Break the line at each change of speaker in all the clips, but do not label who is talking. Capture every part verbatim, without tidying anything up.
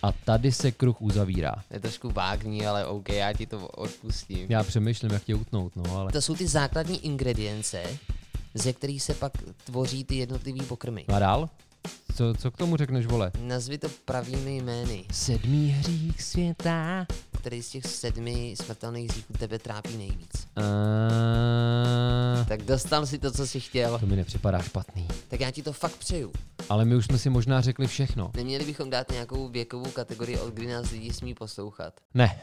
A tady se kruh uzavírá.
Je trošku vágní, ale OK, já ti to odpustím.
Já přemýšlím, jak tě utnout, no ale...
To jsou ty základní ingredience, ze kterých se pak tvoří ty jednotlivý pokrmy.
A dál? Co, co k tomu řekneš, vole?
Nazvi to pravými jmény.
Sedmý hřích světa.
Který z těch sedmi smrtelných hříchů tebe trápí nejvíc?
Uh...
Tak dostal si to, co jsi chtěl.
To mi nepřipadá špatný.
Tak já ti to fakt přeju.
Ale my už jsme si možná řekli všechno.
Neměli bychom dát nějakou věkovou kategorii, od kdy nás lidi smí poslouchat.
Ne.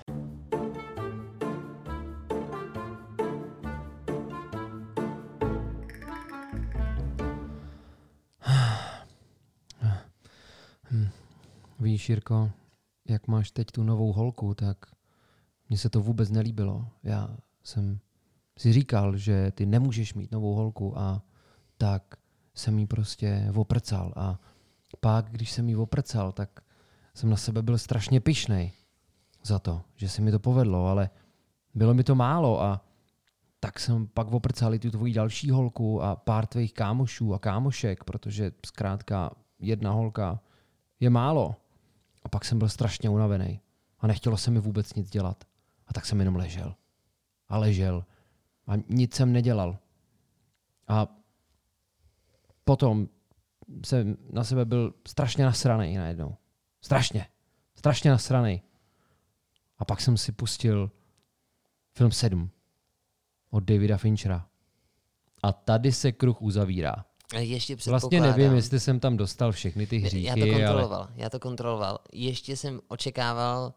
Víš, Jirko, jak máš teď tu novou holku, tak mně se to vůbec nelíbilo. Já jsem si říkal, že ty nemůžeš mít novou holku a tak jsem jí prostě oprcal. A pak, když jsem jí oprcal, tak jsem na sebe byl strašně pyšnej za to, že se mi to povedlo, ale bylo mi to málo a tak jsem pak oprcal i tu tvoji další holku a pár tvých kámošů a kámošek, protože zkrátka jedna holka je málo. A pak jsem byl strašně unavený a nechtělo se mi vůbec nic dělat. A tak jsem jenom ležel. A ležel. A nic jsem nedělal. A potom jsem na sebe byl strašně nasranej najednou. Strašně. Strašně nasranej. A pak jsem si pustil film sedm od Davida Finchera. A tady se kruh uzavírá.
Ještě
Vlastně nevím, jestli jsem tam dostal všechny ty hříchy.
Já to kontroloval,
ale...
já to kontroloval. Ještě jsem očekával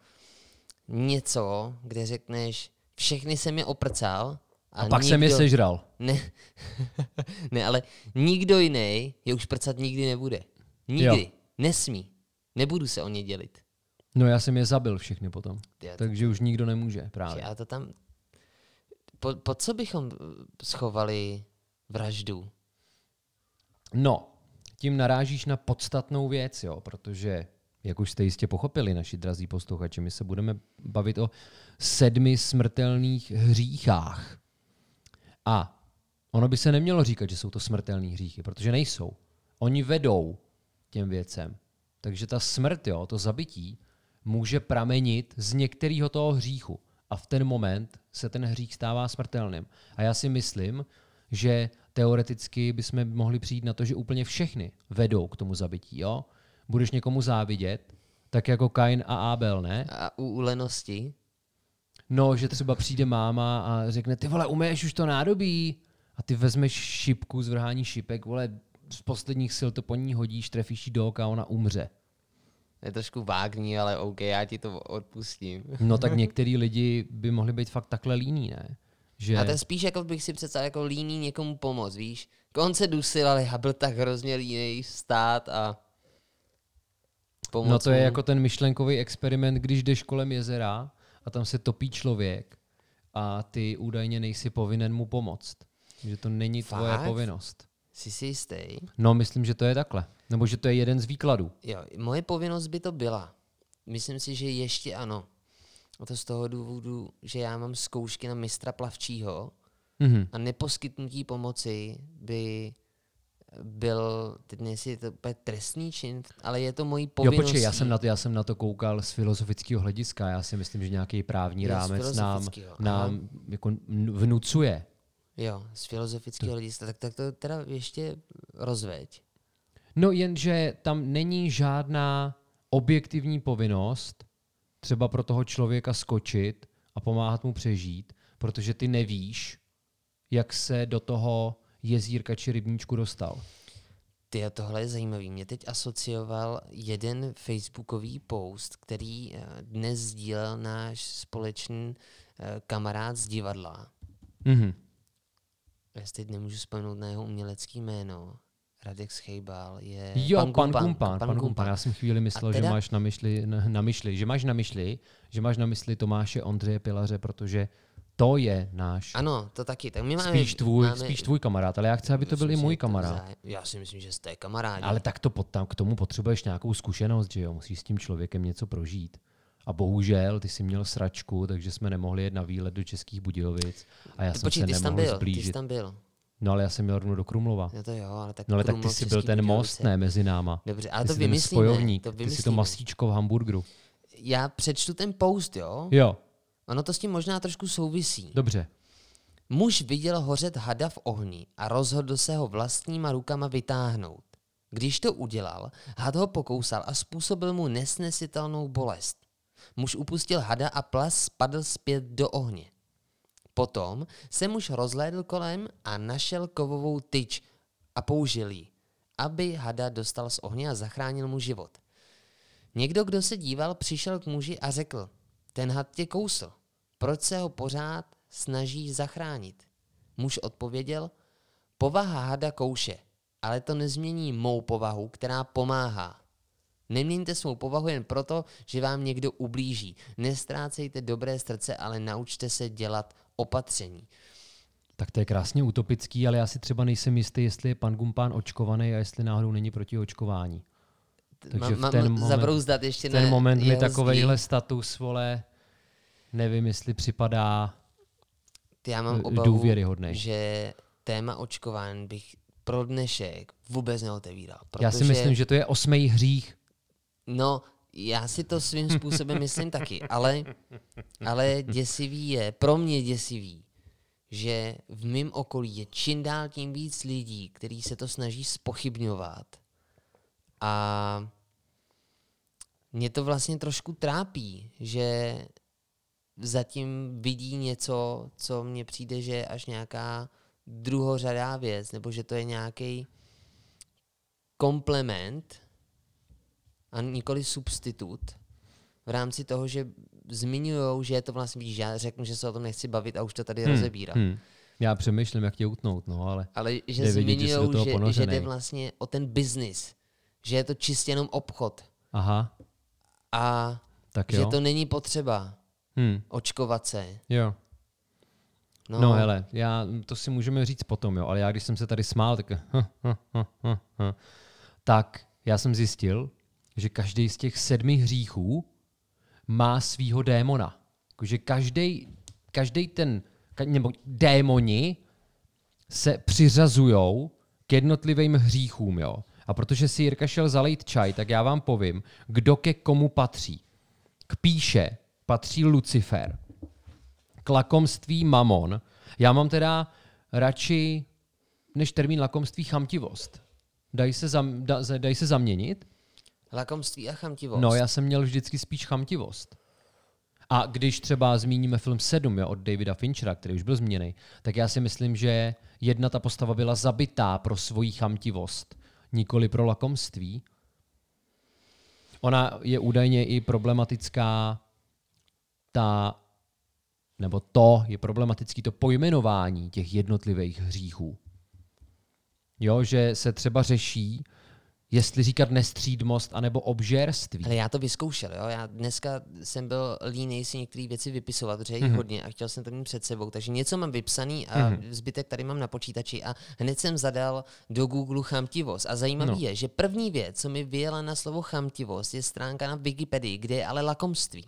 něco, kde řekneš, všechny jsem je oprcal. A,
a pak
nikdo...
jsem je sežral.
Ne, ne, ale nikdo jiný je už prcat nikdy nebude. Nikdy. Jo. Nesmí. Nebudu se o ně dělit.
No já jsem je zabil všechny potom.
Já
takže to... už nikdo nemůže právě.
Já to tam... Po, po co bychom schovali vraždu?
No, tím narážíš na podstatnou věc, jo, protože, jak už jste jistě pochopili, naši drazí posluchači, my se budeme bavit o sedmi smrtelných hříchách. A ono by se nemělo říkat, že jsou to smrtelný hříchy, protože nejsou. Oni vedou těm věcem. Takže ta smrt, jo, to zabití, může pramenit z některého toho hříchu. A v ten moment se ten hřích stává smrtelným. A já si myslím, že teoreticky bychom mohli přijít na to, že úplně všechny vedou k tomu zabití. Jo? Budeš někomu závidět, tak jako Kain a Abel, ne?
A u lenosti?
No, že třeba přijde máma a řekne, ty vole, umeješ už to nádobí? A ty vezmeš šipku z vrhání šipek, vole, z posledních sil to po ní hodíš, trefíš jí do oka a ona umře.
Je trošku vágní, ale OK, já ti to odpustím.
No tak některý lidi by mohli být fakt takhle líní, ne? Že...
A to spíš jako bych si představil jako líný někomu pomoct, víš? On se dusil, ale já byl tak hrozně línej vstát a pomoct.
No to je
mu.
jako ten myšlenkový experiment, když jdeš kolem jezera a tam se topí člověk a ty údajně nejsi povinen mu pomoct. Že to není
Fakt?
tvoje povinnost.
Jsi si jistý?
No myslím, že to je takhle. Nebo že to je jeden z výkladů.
Jo, moje povinnost by to byla. Myslím si, že ještě ano. A to z toho důvodu, že já mám zkoušky na mistra plavčího
Mm-hmm.
a neposkytnutí pomoci by byl, teď nejsi je to úplně trestný čin, ale je to mojí povinností.
Jo, počkej, já jsem, na to, já jsem na to koukal z filozofického hlediska. Já si myslím, že nějaký právní
Jo, z
rámec nám,
filozofického,
nám jako vnucuje.
Jo, z filozofického hlediska. Tak, tak to teda ještě rozveď.
No jenže tam není žádná objektivní povinnost třeba pro toho člověka skočit a pomáhat mu přežít, protože ty nevíš, jak se do toho jezírka či rybníčku dostal.
Ty, tohle je zajímavý. Mě teď asocioval jeden facebookový post, který dnes sdílel náš společný kamarád z divadla.
Mhm.
Já si teď nemůžu vzpomenout na jeho umělecký jméno. Radek Schejbal je...
Jo, pan
Kumpán.
Kumpán, pan Kumpán. Já jsem chvíli myslel, teda... že máš na myšli, na, na myšli, že máš na myšli, že máš na mysli Tomáše Ondřeje Pilaře, protože to je náš...
Ano, to taky. Tak my máme,
spíš, tvůj,
máme...
spíš tvůj kamarád, ale já chci, aby to byl i můj kamarád.
Já si myslím, že jste kamarádi.
Ale tak to pod, tam, k tomu potřebuješ nějakou zkušenost, že jo? Musíš s tím člověkem něco prožít. A bohužel, ty jsi měl sračku, takže jsme nemohli jet na výlet do Českých Budějovic a já
ty,
jsem
počkej,
se
ty
nemohl
tam byl,
zblížit.
Ty jsi tam byl.
No ale já jsem měl rovnou do Krumlova.
No to jo, ale tak
No ale tak ty
Krumlov,
jsi byl
Český
ten
Budějovice.
most, ne, mezi náma.
Dobře, ale
ty
to
jsi ten
vymyslíme.
spojovník,
To
ty
vymyslíme.
jsi to masíčko v hamburgeru.
Já přečtu ten post, jo?
Jo,
Ono to s tím možná trošku souvisí.
dobře.
Muž viděl hořet hada v ohni a rozhodl se ho vlastníma rukama vytáhnout. Když to udělal, had ho pokousal a způsobil mu nesnesitelnou bolest. Muž upustil hada a plas spadl zpět do ohně. Potom se muž rozhlédl kolem a našel kovovou tyč a použil ji, aby hada dostal z ohně a zachránil mu život. Někdo, kdo se díval, přišel k muži a řekl, ten had tě kousl, proč se ho pořád snaží zachránit? Muž odpověděl, povaha hada kouše, ale to nezmění mou povahu, která pomáhá. Neměňte svou povahu jen proto, že vám někdo ublíží. Nestrácejte dobré srdce, ale naučte se dělat opatření.
Tak to je krásně utopický, ale já si třeba nejsem jistý, jestli je pan Gumpán očkovaný a jestli náhodou není proti očkování. Takže v ten moment,
zabrouzdat ještě
ten
na
moment mi
jeho
takovejhle status, vole, nevím, jestli připadá
Ty já mám obavu,
důvěryhodnej.
že téma očkování bych pro dnešek vůbec neotevíral. Protože,
já si myslím, že to je osmý hřích.
No, já si to svým způsobem myslím taky, ale, ale děsivý je, pro mě děsivý, že v mém okolí je čím dál tím víc lidí, kteří se to snaží zpochybňovat. A mě to vlastně trošku trápí, že zatím vidí něco, co mně přijde, že je až nějaká druhořadá věc, nebo že to je nějaký komplement a nikoli substitut v rámci toho, že zmiňujou, že je to vlastně, víš, já řeknu, že se o tom nechci bavit a už to tady hmm, rozebírám. Hmm.
Já přemýšlím, jak tě utnout, no, ale...
Ale že zmiňujou, že, že, že jde vlastně o ten biznis, že je to čistě jenom obchod.
Aha.
A
tak
že
jo.
to není potřeba
hmm.
očkovat se.
Jo. No. no hele, já, to si můžeme říct potom, jo, ale já když jsem se tady smál, tak, tak já jsem zjistil, že každý z těch sedmi hříchů má svýho démona. Že každý, každý ten, nebo démoni se přiřazujou k jednotlivým hříchům, jo. A protože si Jirka šel zalejt čaj, tak já vám povím, kdo ke komu patří. K píše patří Lucifer, k lakomství Mamon. Já mám teda radši než termín lakomství chamtivost. Dají se, zam, da, dají se zaměnit?
Lakomství a chamtivost.
No, já jsem měl vždycky spíš chamtivost. A když třeba zmíníme film sedm, jo, od Davida Finchera, který už byl zmíněný, tak já si myslím, že jedna ta postava byla zabitá pro svoji chamtivost, nikoli pro lakomství. Ona je údajně i problematická, ta, nebo to je problematický to pojmenování těch jednotlivých hříchů. Jo, že se třeba řeší, jestli říkat nestřídmost anebo obžerství.
Ale já to vyzkoušel, jo. Já dneska jsem byl línej si některé věci vypisovat, protože jich mm-hmm. hodně a chtěl jsem to mít před sebou. Takže něco mám vypsaný a mm-hmm. zbytek tady mám na počítači a hned jsem zadal do Google chamtivost. A zajímavý no. je, že první věc, co mi vyjela na slovo chamtivost, je stránka na Wikipedii, kde je ale lakomství.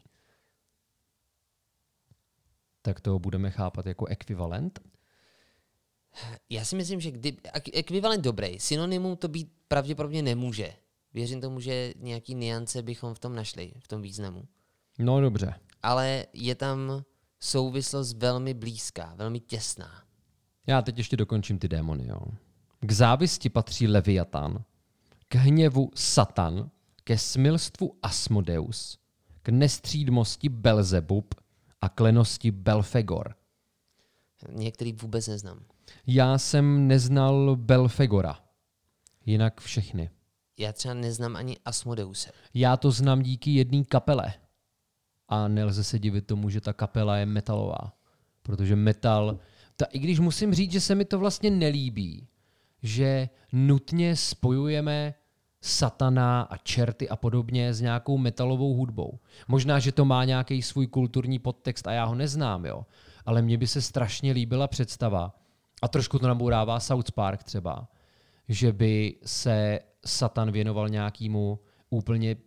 Tak to budeme chápat jako ekvivalent?
Já si myslím, že kdy, ekvivalent dobrý, synonymum to být pravděpodobně nemůže. Věřím tomu, že nějaký nuance bychom v tom našli, v tom významu.
No dobře.
Ale je tam souvislost velmi blízká, velmi těsná.
Já teď ještě dokončím ty démony. Jo. K závisti patří Leviatan, k hněvu Satan, ke smilstvu Asmodeus, k nestřídmosti Belzebub a k lenosti Belfegor.
Některý vůbec neznám.
Já jsem neznal Belfegora. Jinak všechny.
Já třeba neznám ani Asmodeuse.
Já to znám díky jedné kapele. A nelze se divit tomu, že ta kapela je metalová. Protože metal... Ta, I když musím říct, že se mi to vlastně nelíbí, že nutně spojujeme satana a čerty a podobně s nějakou metalovou hudbou. Možná, že to má nějaký svůj kulturní podtext a já ho neznám, jo. Ale mně by se strašně líbila představa, a trošku to nabourává South Park třeba, že by se Satan věnoval nějakému úplně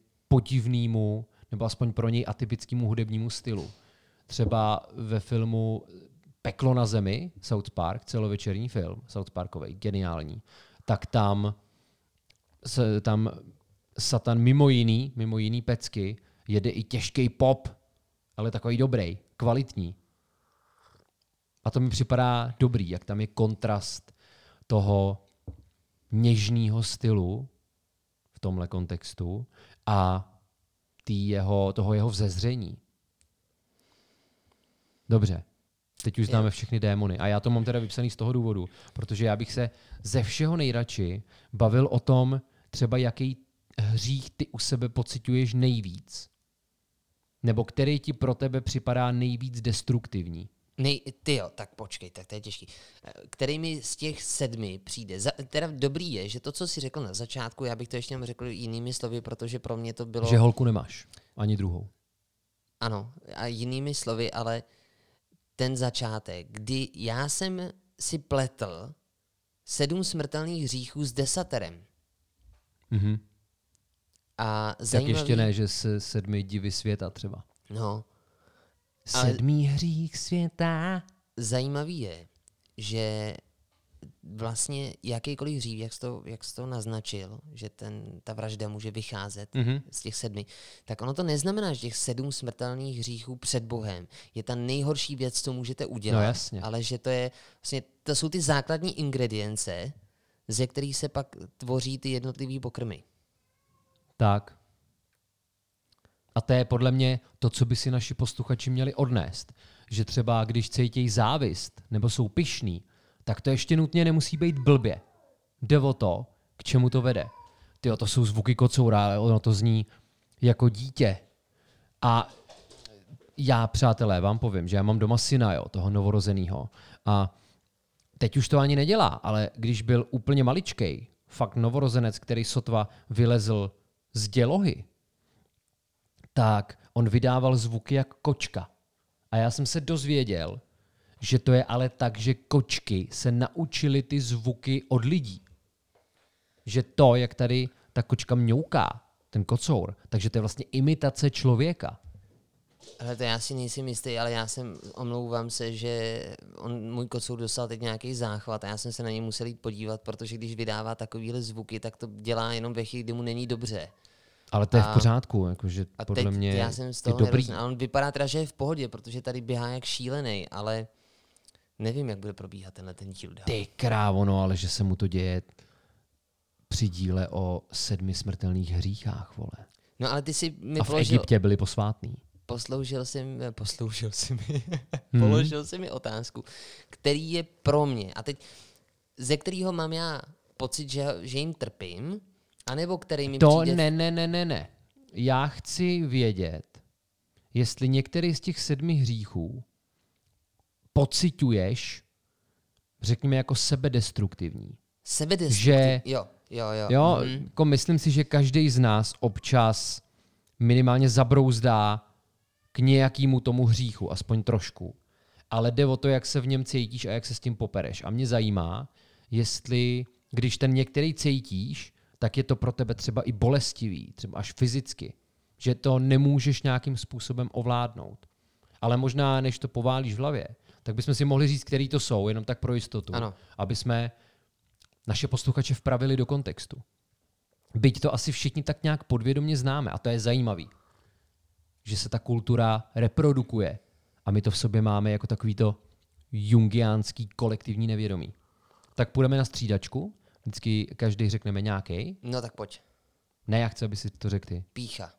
podivnému, nebo aspoň pro něj atypickému hudebnímu stylu. Třeba ve filmu Peklo na zemi, South Park, celovečerní film, South Parkovej, geniální, tak tam, se, tam Satan mimo jiný, mimo jiný pecky, jede i těžký pop, ale takový dobrý, kvalitní. A to mi připadá dobrý, jak tam je kontrast toho něžného stylu v tomhle kontextu a tý jeho, toho jeho vzezření. Dobře. Teď už známe všechny démony. A já to mám teda vypsaný z toho důvodu, protože já bych se ze všeho nejradši bavil o tom, třeba jaký hřích ty u sebe pociťuješ nejvíc. Nebo který ti pro tebe připadá nejvíc destruktivní.
Nej, tyjo, tak počkej, tak to je těžký. Který mi z těch sedmi přijde? Za, teda dobrý je, že to, co jsi řekl na začátku, já bych to ještě řekl jinými slovy, protože pro mě to bylo...
Že holku nemáš, ani druhou.
Ano, a jinými slovy, ale ten začátek, kdy já jsem si pletl sedm smrtelných hříchů s desaterem.
Mhm.
A
tak
zajímavý...
ještě ne, že se sedmi divy světa třeba.
No.
Sedmý hřích světa.
Zajímavý je, že vlastně jakýkoliv hřích, jak jsi to, jak jsi to naznačil, že ten, ta vražda může vycházet mm-hmm. z těch sedmi, tak ono to neznamená, že těch sedm smrtelných hříchů před Bohem je ta nejhorší věc, co můžete udělat,
no, jasně.
ale že to je vlastně, to jsou ty základní ingredience, ze kterých se pak tvoří ty jednotlivý pokrmy.
Tak. A to je podle mě to, co by si naši posluchači měli odnést. Že třeba, když cítějí závist nebo jsou pyšní, tak to ještě nutně nemusí být blbě. Jde o to, k čemu to vede. Tyjo, to jsou zvuky kocoura, ale ono to zní jako dítě. A já, přátelé, vám povím, že já mám doma syna, jo, toho novorozenýho. A teď už to ani nedělá, ale když byl úplně maličkej, fakt novorozenec, který sotva vylezl z dělohy, tak on vydával zvuky jak kočka. A já jsem se dozvěděl, že to je ale tak, že kočky se naučily ty zvuky od lidí. Že to, jak tady ta kočka mňouká, ten kocour, takže to je vlastně imitace člověka.
Ale to já si nejsem jistý, ale já jsem, omlouvám se, že on, můj kocour dostal teď nějaký záchvat a já jsem se na něj musel jít podívat, protože když vydává takovýhle zvuky, tak to dělá jenom ve chvíli, kdy mu není dobře.
Ale to je
a,
v pořádku, jakože podle
teď
mě
já jsem z toho
je dobrý.
Hrozný. A on vypadá teda, že je v pohodě, protože tady běhá jak šílený, ale nevím, jak bude probíhat tenhle ten díl dál.
Ty krávo, no, ale že se mu to děje při díle o sedmi smrtelných hříchách, vole.
No ale ty si mi
a v
položil...
Egyptě byli posvátný.
Posloužil si mi, posloužil si mi, hmm. položil si mi otázku, který je pro mě, a teď ze kterého mám já pocit, že, že jim trpím, anebo který mi
to
přijde...
ne, ne, ne, ne, ne. Já chci vědět, jestli některý z těch sedmi hříchů pociťuješ, řekněme, jako sebedestruktivní.
Sebedestruktivní,
že,
jo, jo, jo.
jo
mm.
jako myslím si, že každý z nás občas minimálně zabrouzdá k nějakému tomu hříchu, aspoň trošku. Ale jde o to, jak se v něm cítíš a jak se s tím popereš. A mě zajímá, jestli, když ten některý cítíš, tak je to pro tebe třeba i bolestivý, třeba až fyzicky. Že to nemůžeš nějakým způsobem ovládnout. Ale možná, než to poválíš v hlavě, tak bychom si mohli říct, který to jsou, jenom tak pro jistotu.
Ano.
Aby jsme naše posluchače vpravili do kontextu. Byť to asi všichni tak nějak podvědomě známe. A to je zajímavý. Že se ta kultura reprodukuje. A my to v sobě máme jako takovýto jungiánský kolektivní nevědomí. Tak půjdeme na střídačku. Vždycky každý řekneme nějaký.
No tak pojď.
Ne, já chci, aby si to řekl ty.
Pýcha.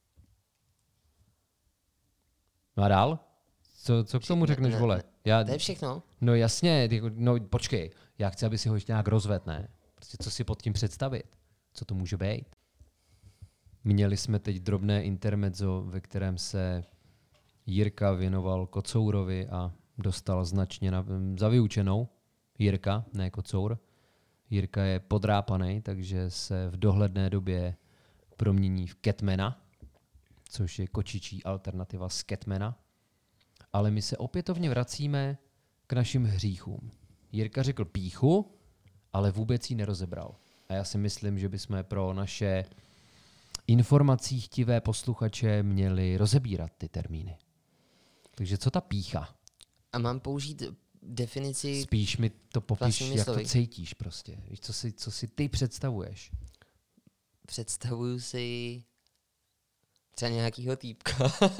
No a dál? Co, co k tomu řekneš,
ne,
vole?
Ne,
Já,
to je všechno?
No jasně, no počkej. Já chci, aby si ho ještě nějak rozvedl, ne? Prostě co si pod tím představit? Co to může být? Měli jsme teď drobné intermezzo, ve kterém se Jirka věnoval kocourovi a dostal značně na, za vyučenou. Jirka, ne kocour. Jirka je podrápaný, takže se v dohledné době promění v Catmana, což je kočičí alternativa z Catmana. Ale my se opětovně vracíme k našim hříchům. Jirka řekl pýchu, ale vůbec ji nerozebral. A já si myslím, že bychom pro naše informací chtivé posluchače měli rozebírat ty termíny. Takže co ta pýcha?
A mám použít definici...
Spíš mi to popiš, jak
slovy.
to cítíš prostě. Víš, co si, co si ty představuješ?
Představuju si třeba nějakýho týpka.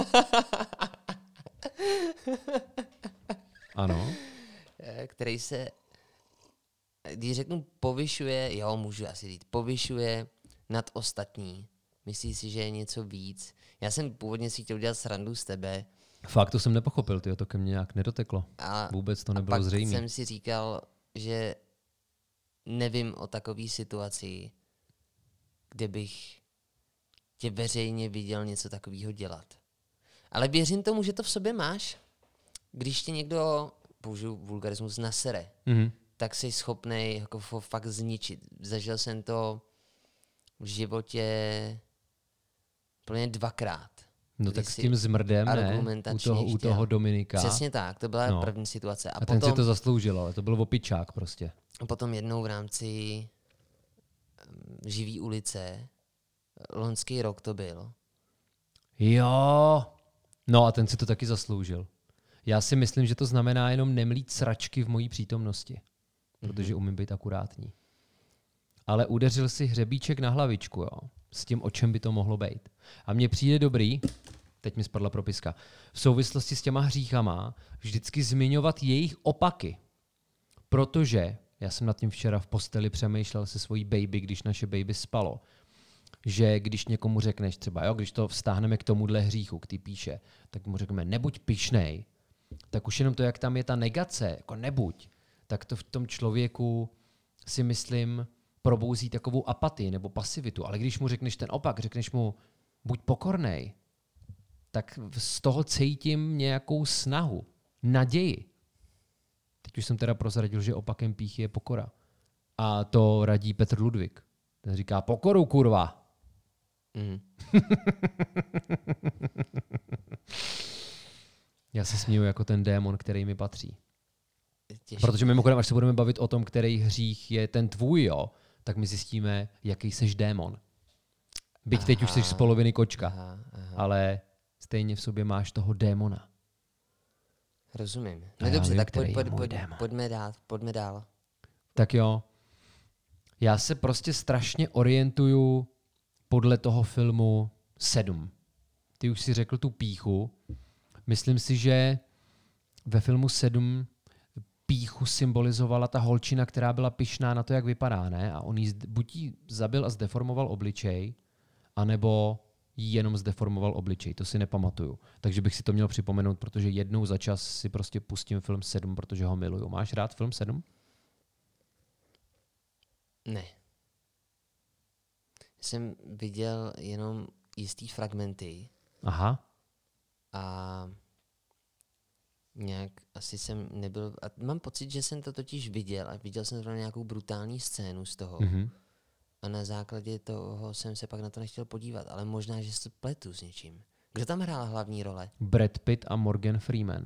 Ano.
Který se, když řeknu povyšuje, jo, můžu asi říct, povyšuje nad ostatní. Myslí si, že je něco víc. Já jsem původně si chtěl udělat srandu z tebe.
Fakt to jsem nepochopil, tyjo, to ke mně nějak nedoteklo.
A,
Vůbec to
a
nebylo
pak
zřejmé.
jsem si říkal, že nevím o takové situaci, kde bych tě veřejně viděl něco takového dělat. Ale věřím tomu, že to v sobě máš. Když tě někdo, použiju vulgarismus, nasere,
Mhm.
tak jsi schopnej jako fakt zničit. Zažil jsem to v životě plně dvakrát.
No tak s tím zmrdem, ne? U toho, u toho Dominika.
Přesně tak, to byla
no.
první situace. A,
a ten
potom,
si to zasloužil, ale to byl opičák prostě.
A potom jednou v rámci Živý ulice, loňský rok to byl.
Jo, no a ten si to taky zasloužil. Já si myslím, že to znamená jenom nemlít sračky v mojí přítomnosti, protože umím být akurátní. Ale udeřil si hřebíček na hlavičku, jo, s tím, o čem by to mohlo být. A mně přijde dobrý, teď mi spadla propiska, v souvislosti s těma hříchama vždycky zmiňovat jejich opaky. Protože, já jsem nad tím včera v posteli přemýšlel se svojí baby, když naše baby spalo, že když někomu řekneš třeba, jo, když to vztáhneme k tomuhle hříchu, k ty píše, tak mu řekneme nebuď pyšnej, tak už jenom to, jak tam je ta negace, jako nebuď, tak to v tom člověku si myslím probouzí takovou apatii nebo pasivitu. Ale když mu řekneš ten opak, řekneš mu buď pokornej, tak z toho cítím nějakou snahu, naději. Teď už jsem teda prozradil, že opakem pýchy je pokora. A to radí Petr Ludvík. Ten říká pokoru, kurva.
Mm.
Já se směju jako ten démon, který mi patří.
Těžké.
Protože mimochodem, až se budeme bavit o tom, který hřích je ten tvůj, jo, tak my zjistíme, jaký seš démon. Byť aha, teď už jsi z poloviny kočka,
aha, aha.
ale stejně v sobě máš toho démona.
Rozumím.
A
No
já
dobře,
vím,
tak
který
pojď,
je
pojď,
můj
pojď,
démon.
pojďme dál, pojďme dál.
Tak jo. Já se prostě strašně orientuju podle toho filmu sedm. Ty už si řekl tu pýchu. Myslím si, že ve filmu sedm pýchu symbolizovala ta holčina, která byla pyšná na to, jak vypadá, ne? A on jí buď jí zabil a zdeformoval obličej, anebo jí jenom zdeformoval obličej. To si nepamatuju. Takže bych si to měl připomenout, protože jednou za čas si prostě pustím film sedm, protože ho miluju. Máš rád film sedm?
Ne. Jsem viděl jenom jistý fragmenty.
Aha.
A nějak asi jsem nebyl... A mám pocit, že jsem to totiž viděl a viděl jsem zrovna nějakou brutální scénu z toho.
Mhm.
A na základě toho jsem se pak na to nechtěl podívat. Ale možná, že se pletu s něčím. Kdo tam hrál hlavní role?
Brad Pitt a Morgan Freeman.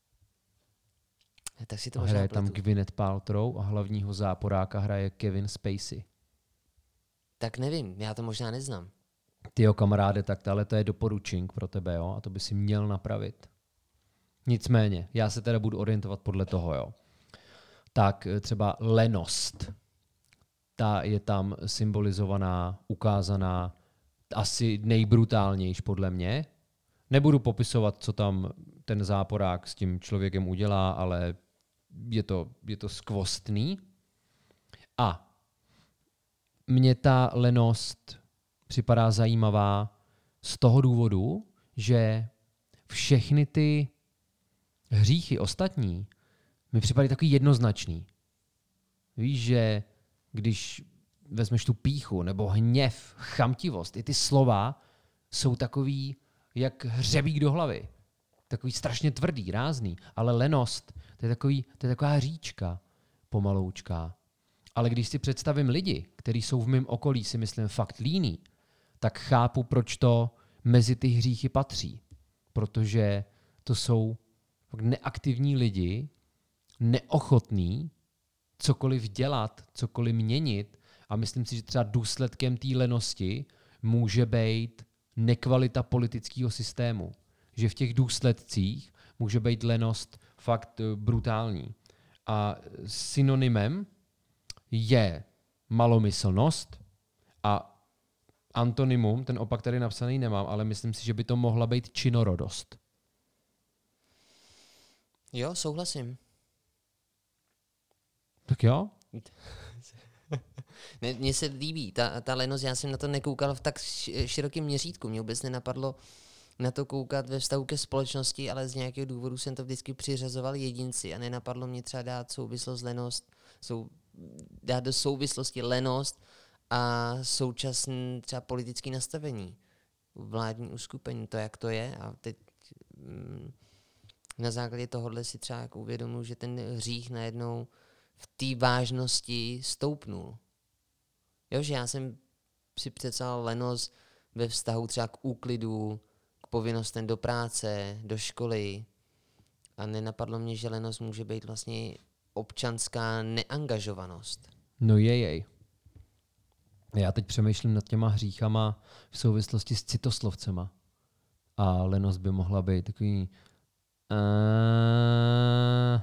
Tak si to
A
možná
hraje tam
pletu.
Gwyneth Paltrow a hlavního záporáka hraje Kevin Spacey.
Tak nevím, já to možná neznám.
Tyjo, kamaráde, tak ale to je doporučink pro tebe, jo? A to by si měl napravit. Nicméně, já se teda budu orientovat podle toho, jo. Tak třeba lenost. Ta je tam symbolizovaná, ukázaná, asi nejbrutálnější podle mě. Nebudu popisovat, co tam ten záporák s tím člověkem udělá, ale je to, je to skvostný. A mně ta lenost připadá zajímavá z toho důvodu, že všechny ty hříchy ostatní mi připadají takový jednoznačný. Víš, že když vezmeš tu pýchu nebo hněv, chamtivost, i ty slova jsou takový jak hřebík do hlavy. Takový strašně tvrdý, rázný. Ale lenost, to je, takový, to je taková říčka pomaloučká. Ale když si představím lidi, kteří jsou v mém okolí, si myslím fakt líní, tak chápu, proč to mezi ty hříchy patří. Protože to jsou fakt neaktivní lidi, neochotní cokoliv dělat, cokoliv měnit. A myslím si, že třeba důsledkem té lenosti může být nekvalita politického systému. Že v těch důsledcích může být lenost fakt brutální. A synonymem je malomyslnost a antonymum, ten opak tady napsaný nemám, ale myslím si, že by to mohla být činorodost.
Jo, souhlasím.
Tak jo?
Ne, mně se líbí, ta, ta lenost, já jsem na to nekoukal v tak širokém měřítku, mě vůbec nenapadlo na to koukat ve vztahu ke společnosti, ale z nějakého důvodu jsem to vždycky přiřazoval jedinci a nenapadlo mě třeba dát souvislost lenost, sou, dát do souvislosti lenost a současné třeba politické nastavení, vládní uskupení, to, jak to je. A teď mm, na základě tohohle si třeba jako uvědomuji, že ten hřích najednou v té vážnosti stoupnul. Jo, že já jsem si představil lenost ve vztahu třeba k úklidu, k povinnostem do práce, do školy a nenapadlo mě, že lenost může být vlastně občanská neangažovanost.
No je jej. Já teď přemýšlím nad těma hříchama v souvislosti s citoslovcema. A lenost by mohla být takový... Uh...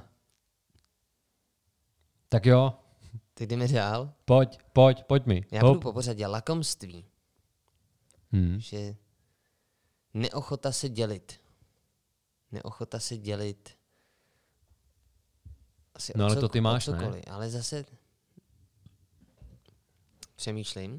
Tak jo.
Tak jdeme dál.
Pojď, pojď, pojď mi.
Já
Hop.
budu po pořadě lakomství.
Hmm.
Že neochota se dělit. Neochota se dělit. Asi
No
o
ale
co-
to ty
o
máš,
cokoliv. Ale zase přemýšlím.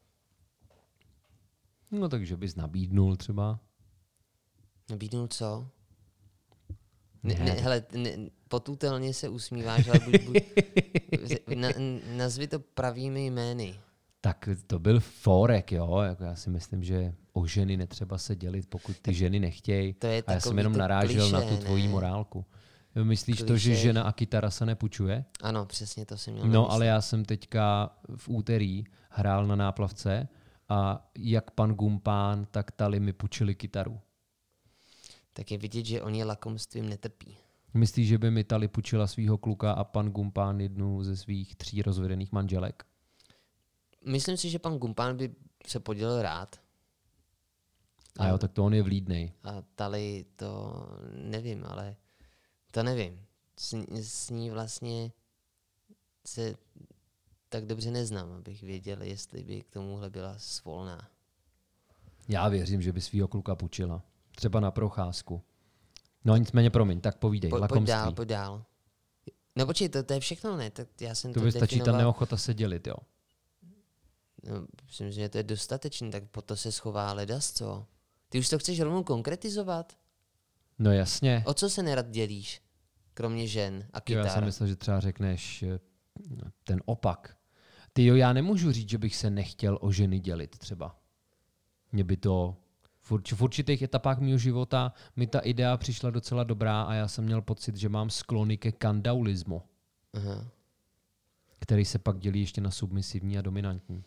No takže bys nabídnul třeba.
Nabídnul co? Ne,
Ne,
ne,
tak-
hele, ne, potutelně se usmíváš, ale buď, buď, na, nazvi to pravými jmény.
Tak to byl fórek, jo. Jako já si myslím, že o ženy netřeba se dělit, pokud ty ženy nechtějí.
To je
A já jsem
takový
jenom
to
narážel na
klišé,
tu tvoji
ne?
morálku. Myslíš to, že
Klišé.
žena a kytara se nepůjčuje?
Ano, přesně to jsem měl na
No,
mysli.
ale já jsem teďka v úterý hrál na náplavce a jak pan Gumpán, tak Tali mi půjčili kytaru.
Tak je vidět, že oni lakomstvím netrpí.
Myslíš, že by mi Tali půjčila svého kluka a pan Gumpán jednu ze svých tří rozvedených manželek?
Myslím si, že pan Gumpán by se podělil rád.
A jo, tak to on je vlídnej.
A Tali to nevím, ale to nevím. S, s ní vlastně se tak dobře neznám, abych věděl, jestli by k tomuhle byla svolná.
Já věřím, že by svého kluka půjčila. Třeba na procházku. No nicméně, promiň, tak povídej.
Po, pojď
lakomství.
dál, pojď dál. No počkej, to, to je všechno, ne? Tak já jsem
To
to
by stačí ta
definoval-
neochota se dělit, jo.
No, myslím, že to je dostatečný, tak po to se schová ledas, co? Ty už to chceš rovnou konkretizovat?
No jasně.
O co se nerad dělíš? Kromě žen a
Jo,
kytar.
já jsem myslel, že třeba řekneš eh, ten opak. Ty jo, já nemůžu říct, že bych se nechtěl o ženy dělit třeba. Mně by to v, urč, v určitých etapách mého života mi ta idea přišla docela dobrá a já jsem měl pocit, že mám sklony ke kandaulismu,
Aha.
který se pak dělí ještě na submisivní a dominantní.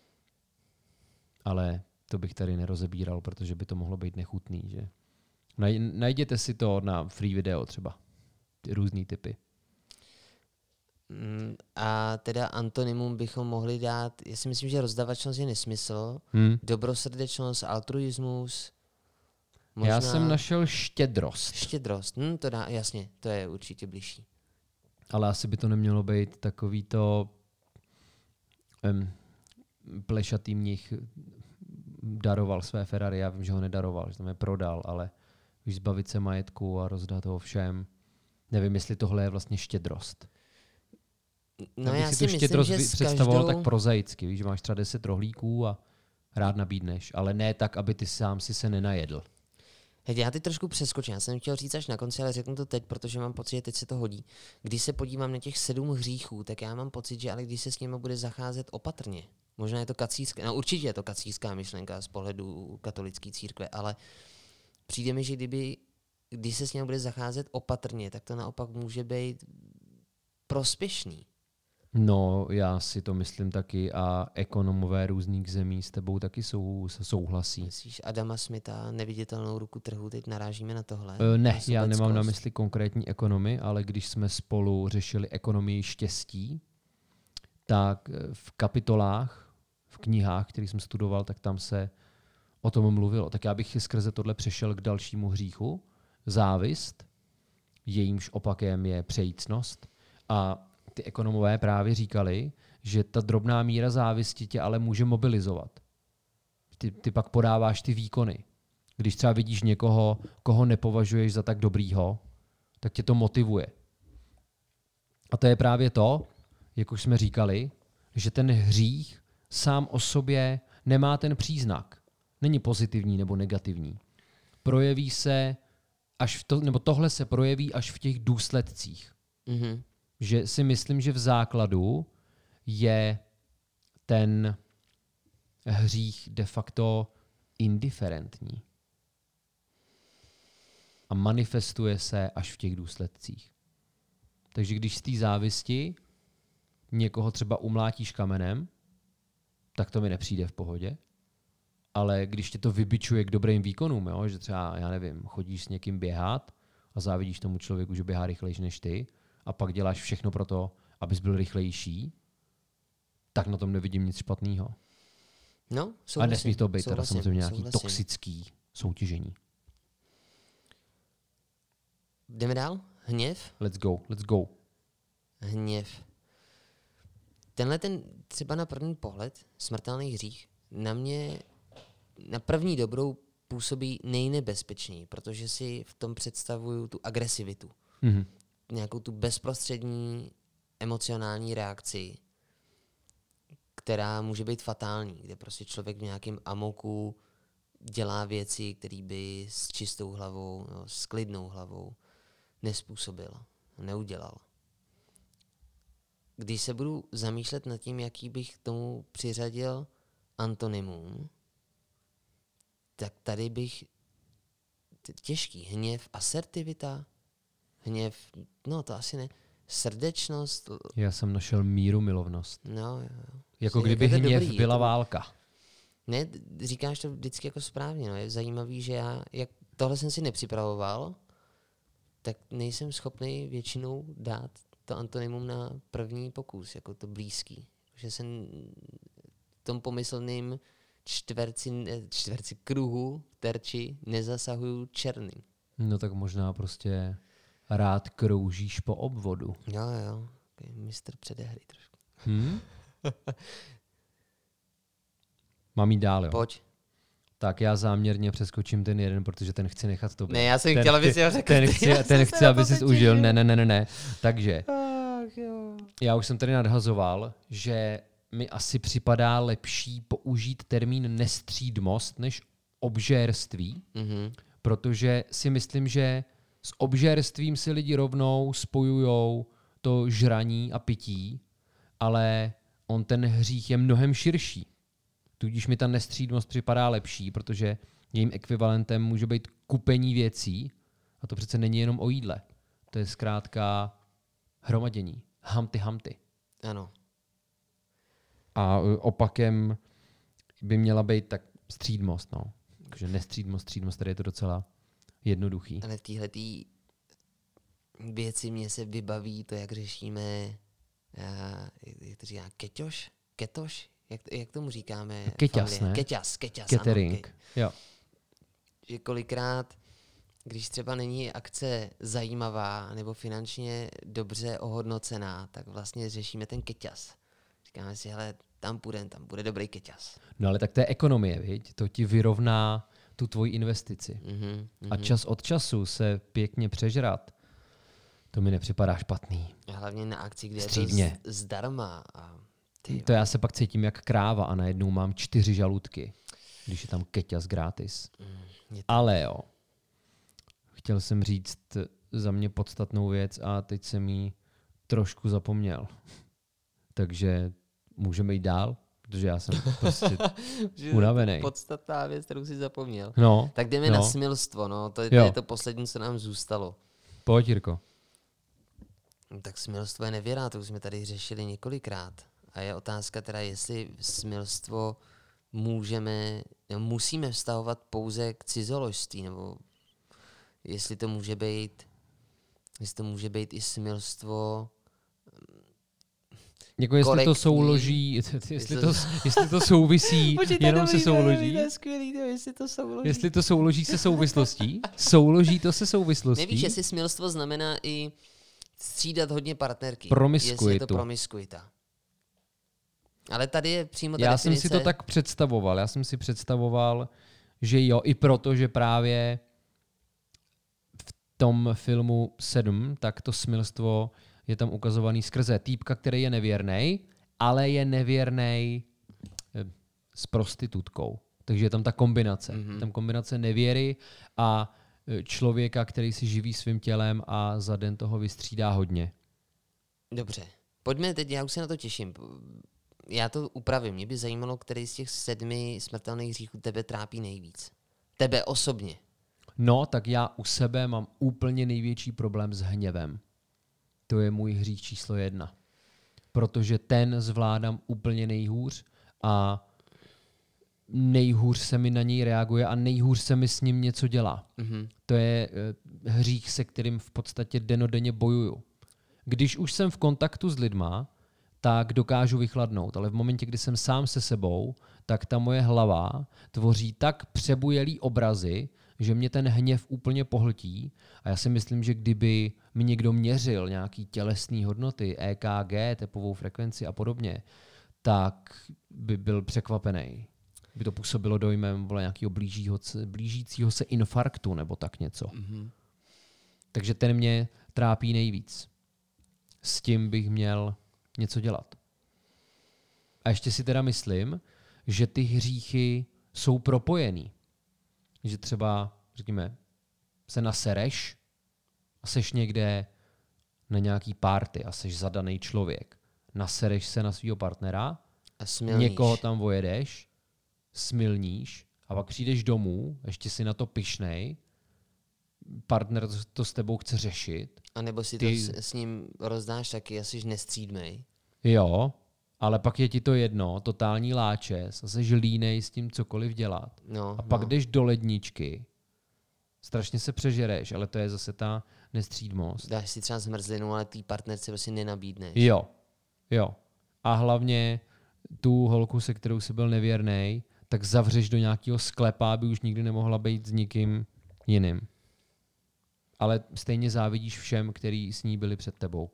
Ale to bych tady nerozebíral, protože by to mohlo být nechutný, že? Naj, najděte si to na free video třeba. Ty různý typy.
Mm, a teda antonymum bychom mohli dát, já si myslím, že rozdavačnost je nesmysl,
Hmm.
dobrosrdečnost, altruismus, možná
Já jsem našel štědrost,
štědrost, hm, to dá, jasně, to je určitě bližší.
ale asi by to nemělo být takový to um, plešatý mnich daroval své Ferrari, já vím, že ho nedaroval, že tam je prodal, ale víš, zbavit se majetku a rozdat ho všem. Nevím, jestli tohle je vlastně štědrost.
No
Abych
já
si
si
tu
myslím,
štědrost
že
vy-
s
představoval
každou,
tak prozaicky, víš, že máš třeba deset rohlíků a rád nabídneš, ale ne tak, aby ty sám si se nenajedl.
Hej, já teď trošku přeskočím, já jsem chtěl říct až na konci, ale řeknu to teď, protože mám pocit, že teď se to hodí. Když se podívám na těch sedm hříchů, tak já mám pocit, že ale když se s nimi bude zacházet opatrně, možná je to kacířská, no určitě je to kacířská myšlenka z pohledu katolické církve, ale přijde mi, že kdyby, když se s nimi bude zacházet opatrně, tak to naopak může být prospěšný.
No, já si to myslím taky a ekonomové různých zemí s tebou taky sou, souhlasí.
Myslíš Adama Smitha, neviditelnou ruku trhu, teď narážíme na tohle?
E, ne,
Na
já nemám na
sobeckost?
mysli konkrétní ekonomy, ale když jsme spolu řešili ekonomii štěstí, tak v kapitolách, v knihách, které jsem studoval, tak tam se o tom mluvilo. Tak já bych skrze tohle přešel k dalšímu hříchu. Závist. jejímž opakem je přejícnost. A ty ekonomové právě říkali, že ta drobná míra závisti tě ale může mobilizovat. Ty, ty pak podáváš ty výkony. Když třeba vidíš někoho, koho nepovažuješ za tak dobrýho, tak tě to motivuje. A to je právě to, jak už jsme říkali, že ten hřích sám o sobě nemá ten příznak. Není pozitivní nebo negativní. Projeví se až v to, nebo tohle se projeví až v těch důsledcích.
Mm-hmm.
Že si myslím, že v základu je ten hřích de facto indiferentní. A manifestuje se až v těch důsledcích. Takže když z té závisti někoho třeba umlátíš kamenem, tak to mi nepřijde v pohodě. Ale když tě to vybičuje k dobrým výkonům, jo, že třeba, já nevím, chodíš s někým běhat a závidíš tomu člověku, že běhá rychlejší než ty a pak děláš všechno pro to, abys byl rychlejší, tak na tom nevidím nic špatného.
No, souhlasím.
A nesmí to být
souhlasím,
teda samozřejmě nějaký
souhlasím.
toxický soutěžení.
Jdeme dál? Hněv?
Let's go, let's go.
Hněv. Tenhle ten třeba na první pohled smrtelný hřích na mě na první dobrou působí nejnebezpečněji, protože si v tom představuju tu agresivitu.
Mhm.
Nějakou tu bezprostřední emocionální reakci, která může být fatální, kde prostě člověk v nějakém amoku dělá věci, které by s čistou hlavou, no, s klidnou hlavou nespůsobil, neudělal. Když se budu zamýšlet nad tím, jaký bych tomu přiřadil antonymum, tak tady bych těžký hněv, asertivita, hněv, no to asi ne, srdečnost.
Já jsem našel míru milovnost.
No, jo.
Jako
Je-
kdyby
je to
hněv
dobrý, je
byla
to-
válka.
Ne, říkáš to vždycky jako správně, no. Je zajímavý, že já, jak tohle jsem si nepřipravoval, tak nejsem schopný většinou dát to antonymum na první pokus, jako to blízký. Že jsem v tom pomyslným čtverci, ne, čtverci kruhu, terči, nezasahuju černým.
No tak možná prostě rád kroužíš po obvodu.
Jo, jo, okay, mistr předehry trošku.
Hm? Mám jít dál, jo?
Pojď.
Tak já záměrně přeskočím ten jeden, protože ten chci nechat tobě.
Ne, já jsem
ten
chtěl, aby
chci-
si ho řekl.
Ten
ty,
chci,
já
ten
jsem
chci
se na
aby
to
jsi
těšil.
užil. Ne, ne, ne, ne, ne. Takže
Ach, jo.
já už jsem tady nadhazoval, že mi asi připadá lepší použít termín nestřídmost než obžérství,
Mhm.
protože si myslím, že s obžérstvím si lidi rovnou spojujou to žraní a pití, ale on ten hřích je mnohem širší. Tudíž mi ta nestřídmost připadá lepší, protože jejím ekvivalentem může být kupení věcí a to přece není jenom o jídle. To je zkrátka hromadění. Hamty, hamty.
Ano.
A uh, opakem by měla být tak střídmost. No. Takže nestřídmost, střídmost, tady je to docela jednoduchý.
Ale v téhletý věci mě se vybaví to, jak řešíme, uh, jak to říká, keťoš? Ketoš? Jak, jak tomu říkáme?
Keťas,
familia?
ne?
Keťas, keťas,
Catering.
ano,
Jo.
že kolikrát, když třeba není akce zajímavá nebo finančně dobře ohodnocená, tak vlastně řešíme ten keťas. Říkáme si, hele, tam půjdem, tam bude dobrý keťas.
No ale tak to je ekonomie, viď? To ti vyrovná tu tvoji investici.
Mhm,
A čas od času se pěkně přežrat, to mi nepřipadá špatný.
A hlavně na akci, kde
Střídně.
je to z- zdarma. A ty,
To já se pak cítím jak kráva a najednou mám čtyři žaludky, když je tam keťas gratis.
je to,
Ale jo, chtěl jsem říct za mě podstatnou věc a teď jsem ji trošku zapomněl. Takže můžeme jít dál, protože já jsem prostě
že
unavený.
podstatná věc, kterou jsi zapomněl.
No,
Tak jdeme
no.
na smilstvo, no. To je, to
Jo.
je to poslední, co nám zůstalo.
Pojď, Jirko.
Tak smilstvo je nevěra, to už jsme tady řešili několikrát. A je otázka teda, jestli smilstvo můžeme, no, musíme vztahovat pouze k cizoložství, nebo jestli to může být, jestli to může být i smilstvo.
Jako jestli
korektní.
to souloží, jestli to, jestli to souvisí
Počkejte,
jenom se souloží.
To je skvělý, to, jestli to souloží.
Jestli to souloží se souvislostí. Souloží to se souvislostí.
Nevíš, jestli smilstvo znamená i střídat hodně partnerky.
Promiskuitu.
Jestli je to promiskuita. Ale tady je přímo ta
Já
definice.
jsem si to tak představoval. Já jsem si představoval, že jo, i proto, že právě v tom filmu sedm, tak to smilstvo je tam ukazovaný skrze týpka, který je nevěrnej, ale je nevěrnej s prostitutkou. Takže je tam ta kombinace. Mm-hmm. Tam kombinace nevěry a člověka, který si živí svým tělem a za den toho vystřídá hodně.
Dobře. Pojďme teď, já už se na to těším. Já to upravím. Mě by zajímalo, který z těch sedmi smrtelných hříchů tebe trápí nejvíc. Tebe osobně.
No, tak já u sebe mám úplně největší problém s hněvem. To je můj hřích číslo jedna. Protože ten zvládám úplně nejhůř a nejhůř se mi na něj reaguje a nejhůř se mi s ním něco dělá. Mm-hmm. To je uh, hřích, se kterým v podstatě dennodenně bojuju. Když už jsem v kontaktu s lidma, tak dokážu vychladnout, ale v momentě, kdy jsem sám se sebou, tak ta moje hlava tvoří tak přebujelý obrazy, že mě ten hněv úplně pohltí a já si myslím, že kdyby mi někdo měřil nějaký tělesné hodnoty, E K G, tepovou frekvenci a podobně, tak by byl překvapený. By to působilo dojmem vole, nějakého blížího, blížícího se infarktu nebo tak něco. Mm-hmm. Takže ten mě trápí nejvíc. S tím bych měl něco dělat. A ještě si teda myslím, že ty hříchy jsou propojený. Že třeba, řekněme, se nasereš a seš někde na nějaký party a seš zadaný člověk. Nasereš se na svého partnera,
a smilníš.
Někoho tam vojedeš, smilníš a pak přijdeš domů, ještě si na to pyšnej, partner to, to s tebou chce řešit.
A nebo si ty... to s, s ním rozdáš taky, jsi nestřídmej.
Jo, ale pak je ti to jedno, totální láčes a seš línej s tím cokoliv dělat.
No,
a pak
no.
jdeš do ledničky, strašně se přežereš, ale to je zase ta nestřídmost.
Dáš si třeba zmrzlinu, ale tý partnerce prostě nenabídneš.
Jo, jo. A hlavně tu holku, se kterou jsi byl nevěrnej, tak zavřeš do nějakého sklepa, aby už nikdy nemohla být s nikým jiným. Ale stejně závidíš všem, kteří s ní byli před tebou.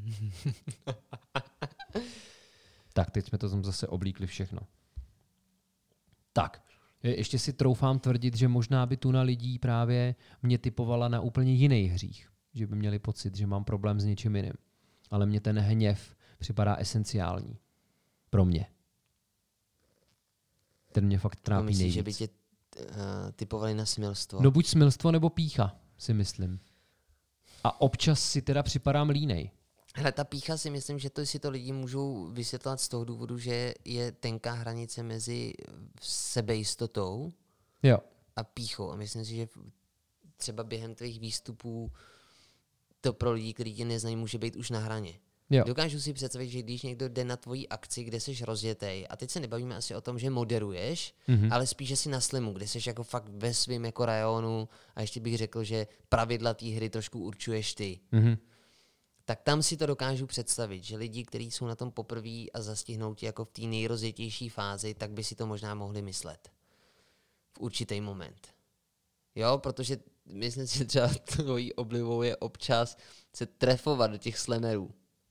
Tak, teď jsme to tam zase oblíkli všechno. Tak, ještě si troufám tvrdit, že možná by tuna lidí právě mě typovala na úplně jiný hřích. Že by měli pocit, že mám problém s něčím jiným. Ale mně ten hněv připadá esenciální. Pro mě. Ten mě fakt trápí
myslíš,
nejvíc.
Že by tě uh, typovali na smilstvo?
No buď smilstvo, nebo pýcha, si myslím. A občas si teda připadám línej.
Hele, ta pýcha si myslím, že to si to lidi můžou vysvětlovat z toho důvodu, že je tenká hranice mezi sebejistotou
jo.
a pýchou. A myslím si, že třeba během tvých výstupů to pro lidi, kteří tě neznají, může být už na hraně.
Jo.
Dokážu si představit, že když někdo jde na tvoji akci, kde jsi rozjetej, a teď se nebavíme asi o tom, že moderuješ, mm-hmm. ale spíš asi na slimu, kde jsi jako fakt ve svém jako rajonu a ještě bych řekl, že pravidla té hry trošku určuješ ty. Mm-hmm. Tak tam si to dokážu představit, že lidi, kteří jsou na tom poprvé a zastihnou tě jako v té nejrozjetější fázi, tak by si to možná mohli myslet. V určitý moment. Jo, protože myslím si, že třeba tvojí oblibou je občas se trefovat do těch slemerů.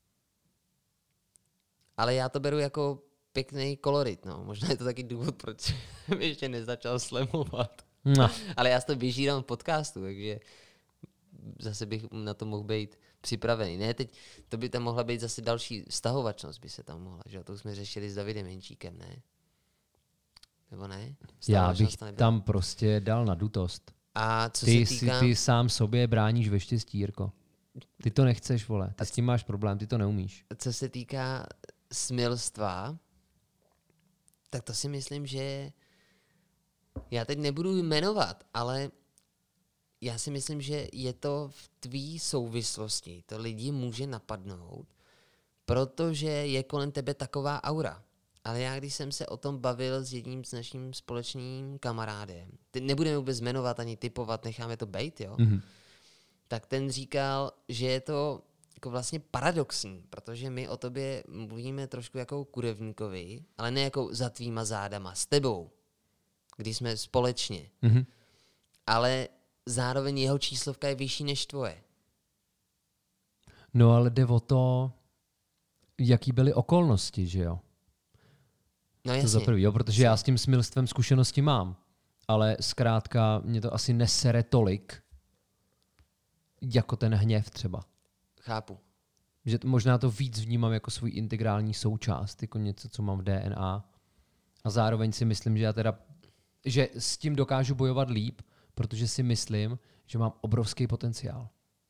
Ale já to beru jako pěkný kolorit, no. Možná je to taky důvod, proč jsem ještě nezačal slemovat. No. Ale já si to vyžírám v podcastu, takže zase bych na to mohl být připravený. Ne, teď to by tam mohla být zase další vztahovačnost, by se tam mohla, že to jsme řešili s Davidem Jenčíkem, ne? Nebo ne?
Já bych tam prostě dal nadutost.
A co
ty,
se týká...
si, ty sám sobě bráníš ve štěstí, Jirko. Ty to nechceš, vole. Ty s tím máš problém, ty to neumíš.
Co se týká smilstva, tak to si myslím, že já teď nebudu jmenovat, ale já si myslím, že je to v tvý souvislosti. To lidi může napadnout, protože je kolem tebe taková aura. Ale já, když jsem se o tom bavil s jedním s naším společným kamarádem, teď nebudeme vůbec jmenovat ani typovat, necháme to bejt, jo? Mm-hmm. Tak ten říkal, že je to jako vlastně paradoxní, protože my o tobě mluvíme trošku jako o kurevníkovi, ale ne jako za tvýma zádama, s tebou, když jsme společně.
Mm-hmm.
Ale zároveň jeho číslovka je vyšší než tvoje.
No ale jde o to, jaký byly okolnosti, že jo?
No
To za
jasně.
prvý, jo, protože já s tím smilstvem zkušenosti mám, ale zkrátka mě to asi nesere tolik, jako ten hněv třeba.
Chápu.
Že to, možná to víc vnímám jako svůj integrální součást, jako něco, co mám v D N A. A zároveň si myslím, že já teda, že s tím dokážu bojovat líp, protože si myslím, že mám obrovský potenciál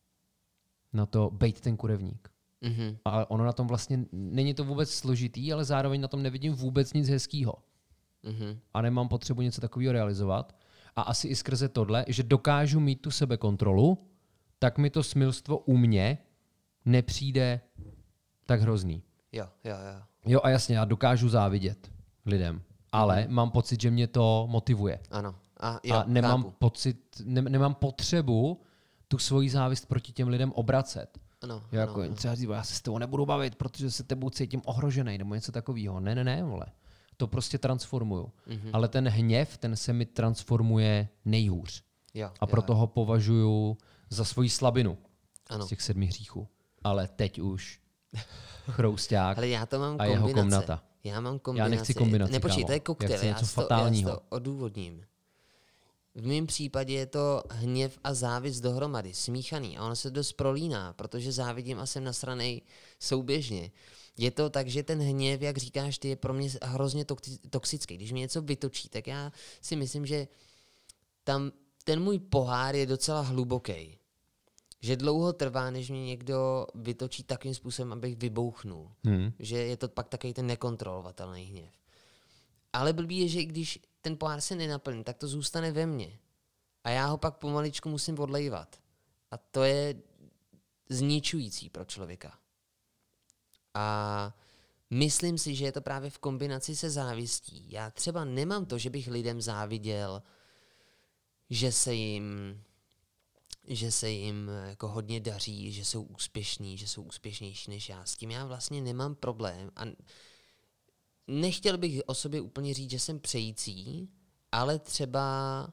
na to bejt ten kurevník.
Mhm.
A ono na tom vlastně, není to vůbec složitý, ale zároveň na tom nevidím vůbec nic hezkýho.
Mhm.
A nemám potřebu něco takového realizovat. A asi i skrze tohle, že dokážu mít tu sebekontrolu, tak mi to smilstvo u mě nepřijde tak hrozný.
Jo, jo, jo.
Jo a jasně, já dokážu závidět lidem, ale mm. mám pocit, že mě to motivuje.
Ano. A, jo,
a nemám
chápu.
pocit, ne, nemám potřebu tu svoji závist proti těm lidem obracet.
Ano,
Jo, jako
ano,
třeba říct, já se s tebou nebudu bavit, protože se tebou cítím ohrožený nebo něco takového. Ne, ne, ne, vole. To prostě transformuju. Mm-hmm. Ale ten hněv, ten se mi transformuje nejhůř.
jo,
A
jo,
proto
jo.
ho považuju za svoji slabinu
Ano.
z těch sedmi hříchů. Ale teď už chrousták
Ale já to mám
a
kombinace.
jeho komnata.
Já mám kombinaci.
Já nechci kombinaci,
Nepočkej,
kámo.
to je
Já
koktejl.
chci
Já,
něco
si to, já si
fatálního.
to odůvodním. V mém případě je to hněv a závist dohromady, smíchaný. A ono se dost prolíná, protože závidím a jsem nasranej souběžně. Je to tak, že ten hněv, jak říkáš ty, je pro mě hrozně toxický. Když mi něco vytočí, tak já si myslím, že tam ten můj pohár je docela hluboký. Že dlouho trvá, než mě někdo vytočí takým způsobem, abych vybouchnul.
Hmm.
Že je to pak takový ten nekontrolovatelný hněv. Ale blbý je, že když ten pohár se nenaplní, tak to zůstane ve mně. A já ho pak pomaličku musím odlejvat. A to je zničující pro člověka. A myslím si, že je to právě v kombinaci se závistí. Já třeba nemám to, že bych lidem záviděl, že se jim, že se jim jako hodně daří, že jsou úspěšní, že jsou úspěšnější než já. S tím já vlastně nemám problém. A nechtěl bych o sobě úplně říct, že jsem přející, ale třeba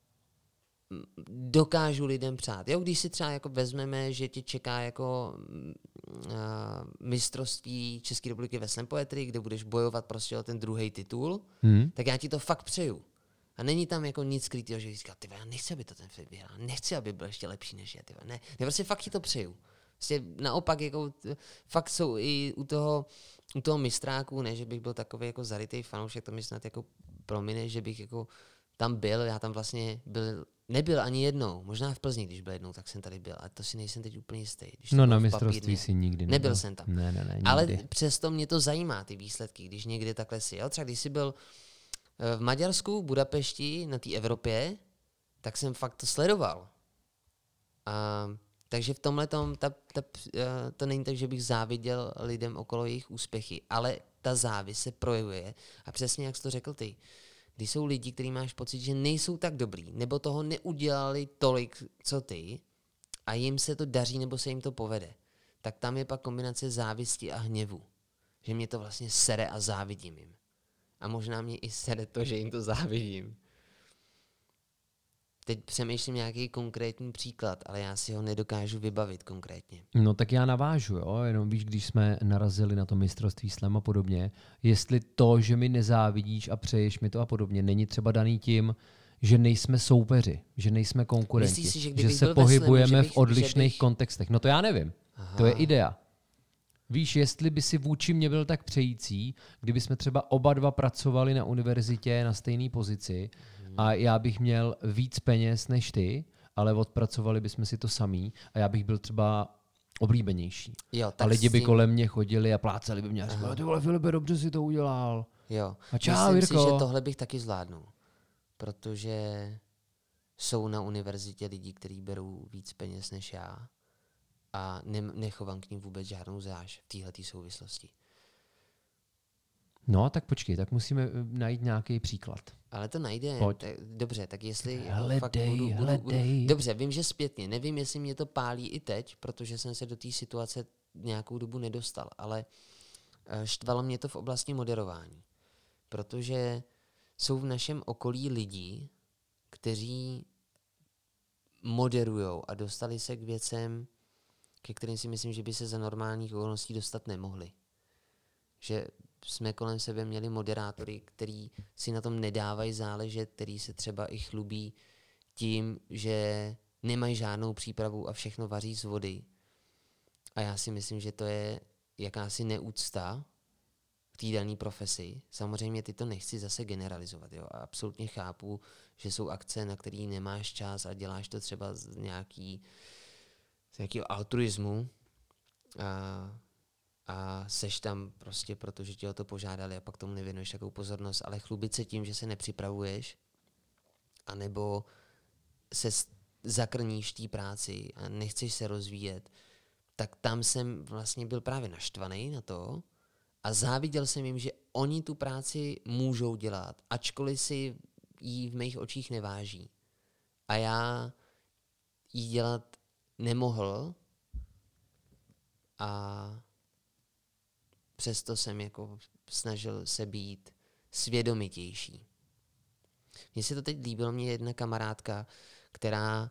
dokážu lidem přát. Jo, když si třeba jako vezmeme, že tě čeká jako uh, mistrovství České republiky ve slam poetry, kde budeš bojovat prostě o ten druhý titul,
Hmm.
tak já ti to fakt přeju. A není tam jako nic skrytého, že říká, ty já nechci, aby to ten Filip vyhrál, nechci, aby byl ještě lepší než já, ty ne, ne, prostě fakt ti to přeju. Prostě naopak, jako, fakt jsou i u toho, u toho mistráku, ne, že bych byl takový jako zarytej fanoušek, to mi snad jako promine, že bych jako tam byl, já tam vlastně byl, nebyl ani jednou, možná v Plzni, když byl jednou, tak jsem tady byl, ale to si nejsem teď úplně jistý. Když to
No
bylo
na
v
mistrovství
papírně.
si nikdy nebyl.
Nebyl jsem tam.
Ne, ne, ne, nikdy.
Ale přesto mě to zajímá, ty výsledky, když někde takhle si, jo, třeba když jsi byl v Maďarsku, v Budapešti, na té Evropě, tak jsem fakt to sledoval. A, takže v tomhle tom ta, ta, to není tak, že bych záviděl lidem okolo jejich úspěchy, ale ta závis se projevuje. A přesně jak jsi to řekl ty, když jsou lidi, kteří máš pocit, že nejsou tak dobrý, nebo toho neudělali tolik, co ty, a jim se to daří, nebo se jim to povede, tak tam je pak kombinace závisti a hněvu. Že mě to vlastně sere a závidím jim. A možná mě i sere to, že jim to závidím. Teď přemýšlím nějaký konkrétní příklad, ale já si ho nedokážu vybavit konkrétně.
No tak já navážu, jo, jenom víš, když jsme narazili na to mistrovství slam a podobně, jestli to, že mi nezávidíš a přeješ mi to a podobně, není třeba daný tím, že nejsme soupeři, že nejsme konkurenti,
Myslíš si, že,
že se
byl
pohybujeme
ve slamu, že bych,
v odlišných
že bych...
kontextech. No to já nevím. Aha. To je idea. Víš, jestli by si vůči mě byl tak přející, kdyby jsme třeba oba dva pracovali na univerzitě na stejné pozici hmm. a já bych měl víc peněz než ty, ale odpracovali bychom si to samý a já bych byl třeba oblíbenější.
Jo,
a lidi by tím... kolem mě chodili a plácali by mě a říkali, ty vole Filipe, dobře si to udělal.
Jo,
a čau,
myslím
Jirko.
si, že tohle bych taky zvládnul, protože jsou na univerzitě lidi, kteří berou víc peněz než já. A ne- nechovám k ním vůbec žádnou záž v téhletý souvislosti.
No, tak počkej, tak musíme najít nějaký příklad.
Ale to najde. Tak, dobře, tak jestli
hledej,
fakt budu, budu,
hledej.
budu... Dobře, vím, že zpětně. Nevím, jestli mě to pálí i teď, protože jsem se do té situace nějakou dobu nedostal, ale štvalo mě to v oblasti moderování. Protože jsou v našem okolí lidi, kteří moderujou a dostali se k věcem, ke kterým si myslím, že by se za normálních okolností dostat nemohli. Že jsme kolem sebe měli moderátory, který si na tom nedávají záležet, který se třeba i chlubí tím, že nemají žádnou přípravu a všechno vaří z vody. A já si myslím, že to je jakási neúcta v té dané profesi. Samozřejmě ty to nechci zase generalizovat. Jo? A absolutně chápu, že jsou akce, na který nemáš čas a děláš to třeba z nějaký, z nějakého altruismu a, a seš tam prostě, protože tě o to požádali a pak tomu nevěnuješ takovou pozornost, ale chlubit se tím, že se nepřipravuješ anebo se zakrníš té práci a nechceš se rozvíjet, tak tam jsem vlastně byl právě naštvaný na to a záviděl jsem jim, že oni tu práci můžou dělat, ačkoliv si ji v mých očích neváží. A já ji dělat nemohl a přesto jsem jako snažil se být svědomitější. Mně se to teď líbilo, mě jedna kamarádka, která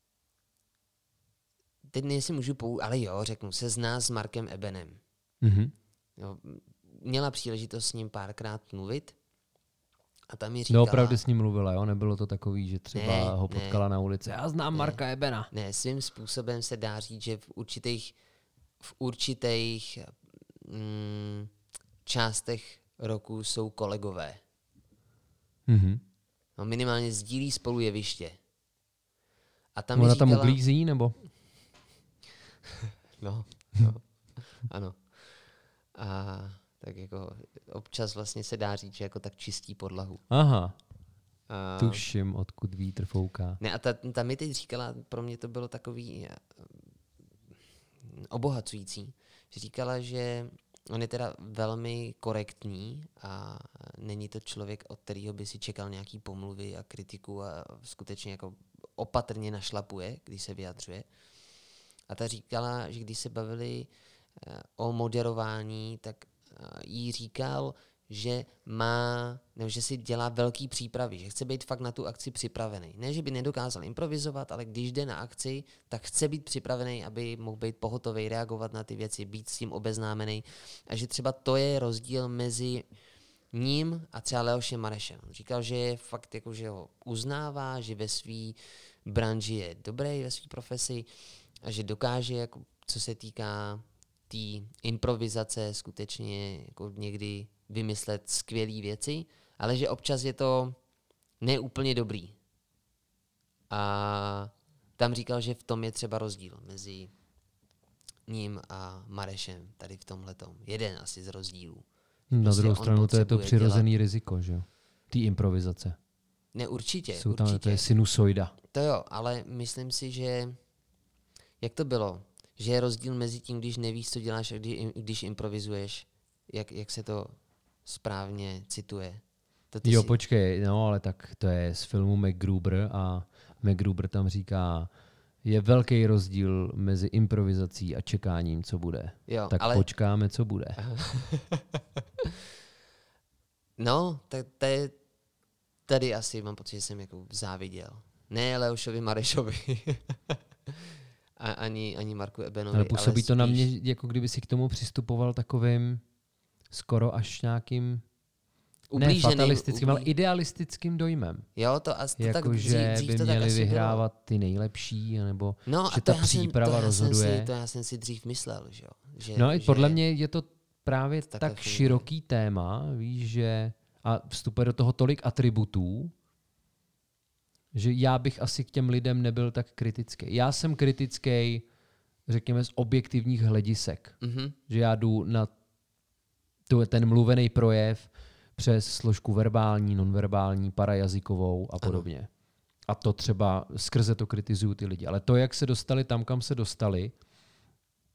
teď nejsi můžu pou, ale jo, řeknu, se zná s Markem Ebenem.
Mm-hmm.
Jo, měla příležitost s ním párkrát mluvit a tam mi říkala...
No opravdu s ním mluvila, jo? Nebylo to takový, že třeba
ne,
ho potkala
ne,
na ulici. Já znám
ne,
Marka Ebena.
Ne, svým způsobem se dá říct, že v určitých, v určitých mm, částech roku jsou kolegové.
Mm-hmm.
No, minimálně sdílí spolu jeviště. A tam
Ona
mi říkala...
tam uklízí, nebo?
No, no, ano. A tak jako občas vlastně se dá říct, že jako tak čistí podlahu.
Aha,
a...
tuším, odkud vítr fouká.
Ne, a ta, ta mi teď říkala, pro mě to bylo takový obohacující, že říkala, že on je teda velmi korektní a není to člověk, od kterého by si čekal nějaký pomluvy a kritiku a skutečně jako opatrně našlapuje, když se vyjadřuje. A ta říkala, že když se bavili o moderování, tak jí říkal, že má, nebo že si dělá velký přípravy, že chce být fakt na tu akci připravený. Ne, že by nedokázal improvizovat, ale když jde na akci, tak chce být připravený, aby mohl být pohotový, reagovat na ty věci, být s tím obeznámený. A že třeba to je rozdíl mezi ním a třeba Leošem Marešem. On říkal, že je fakt jako, že ho uznává, že ve své branži je dobrý, ve své profesi a že dokáže, jako, co se týká té tý improvizace, skutečně jako někdy vymyslet skvělé věci, ale že občas je to neúplně dobrý. A tam říkal, že v tom je třeba rozdíl mezi ním a Marešem, tady v tomhletom. Jeden asi z rozdílů.
Na
prostě
druhou stranu to je to přirozený
dělat...
riziko, že jo? Té improvizace.
Ne, určitě.
Jsou tam,
určitě.
To je sinusoida.
To jo, ale myslím si, že jak to bylo? Že je rozdíl mezi tím, když nevíš, co děláš a když, když improvizuješ. Jak, jak se to správně cituje. To
jo,
si...
počkej, no ale tak to je z filmu MacGruber a MacGruber tam říká, je velký rozdíl mezi improvizací a čekáním, co bude.
Jo,
tak
ale...
počkáme, co bude.
No, tak tady, tady asi mám pocit, že jsem jako záviděl. Ne Leošovi Marešovi. A ani, ani Marku Ebenovi.
Ale působí
ale
to na
spíš...
mě, jako kdyby si k tomu přistupoval takovým skoro až nějakým ne fatalistickým, ublí... ale idealistickým dojmem.
Jo, to asi
jako,
tak dřív,
že
dřív
by
to
měli
tak
vyhrávat
bylo.
ty nejlepší, nebo
no,
že
a to
ta příprava
jsem, to
rozhoduje.
Já si, to já jsem si dřív myslel, že jo. Že,
no i
že
podle mě je to právě tak
funguje.
široký téma, víš, že a vstupuje do toho tolik atributů, že já bych asi k těm lidem nebyl tak kritický. Já jsem kritický, řekněme, z objektivních hledisek.
Mm-hmm.
Že já jdu na tu, ten mluvený projev přes složku verbální, nonverbální, parajazykovou a podobně. Ano. A to třeba skrze to kritizují ty lidi. Ale to, jak se dostali tam, kam se dostali,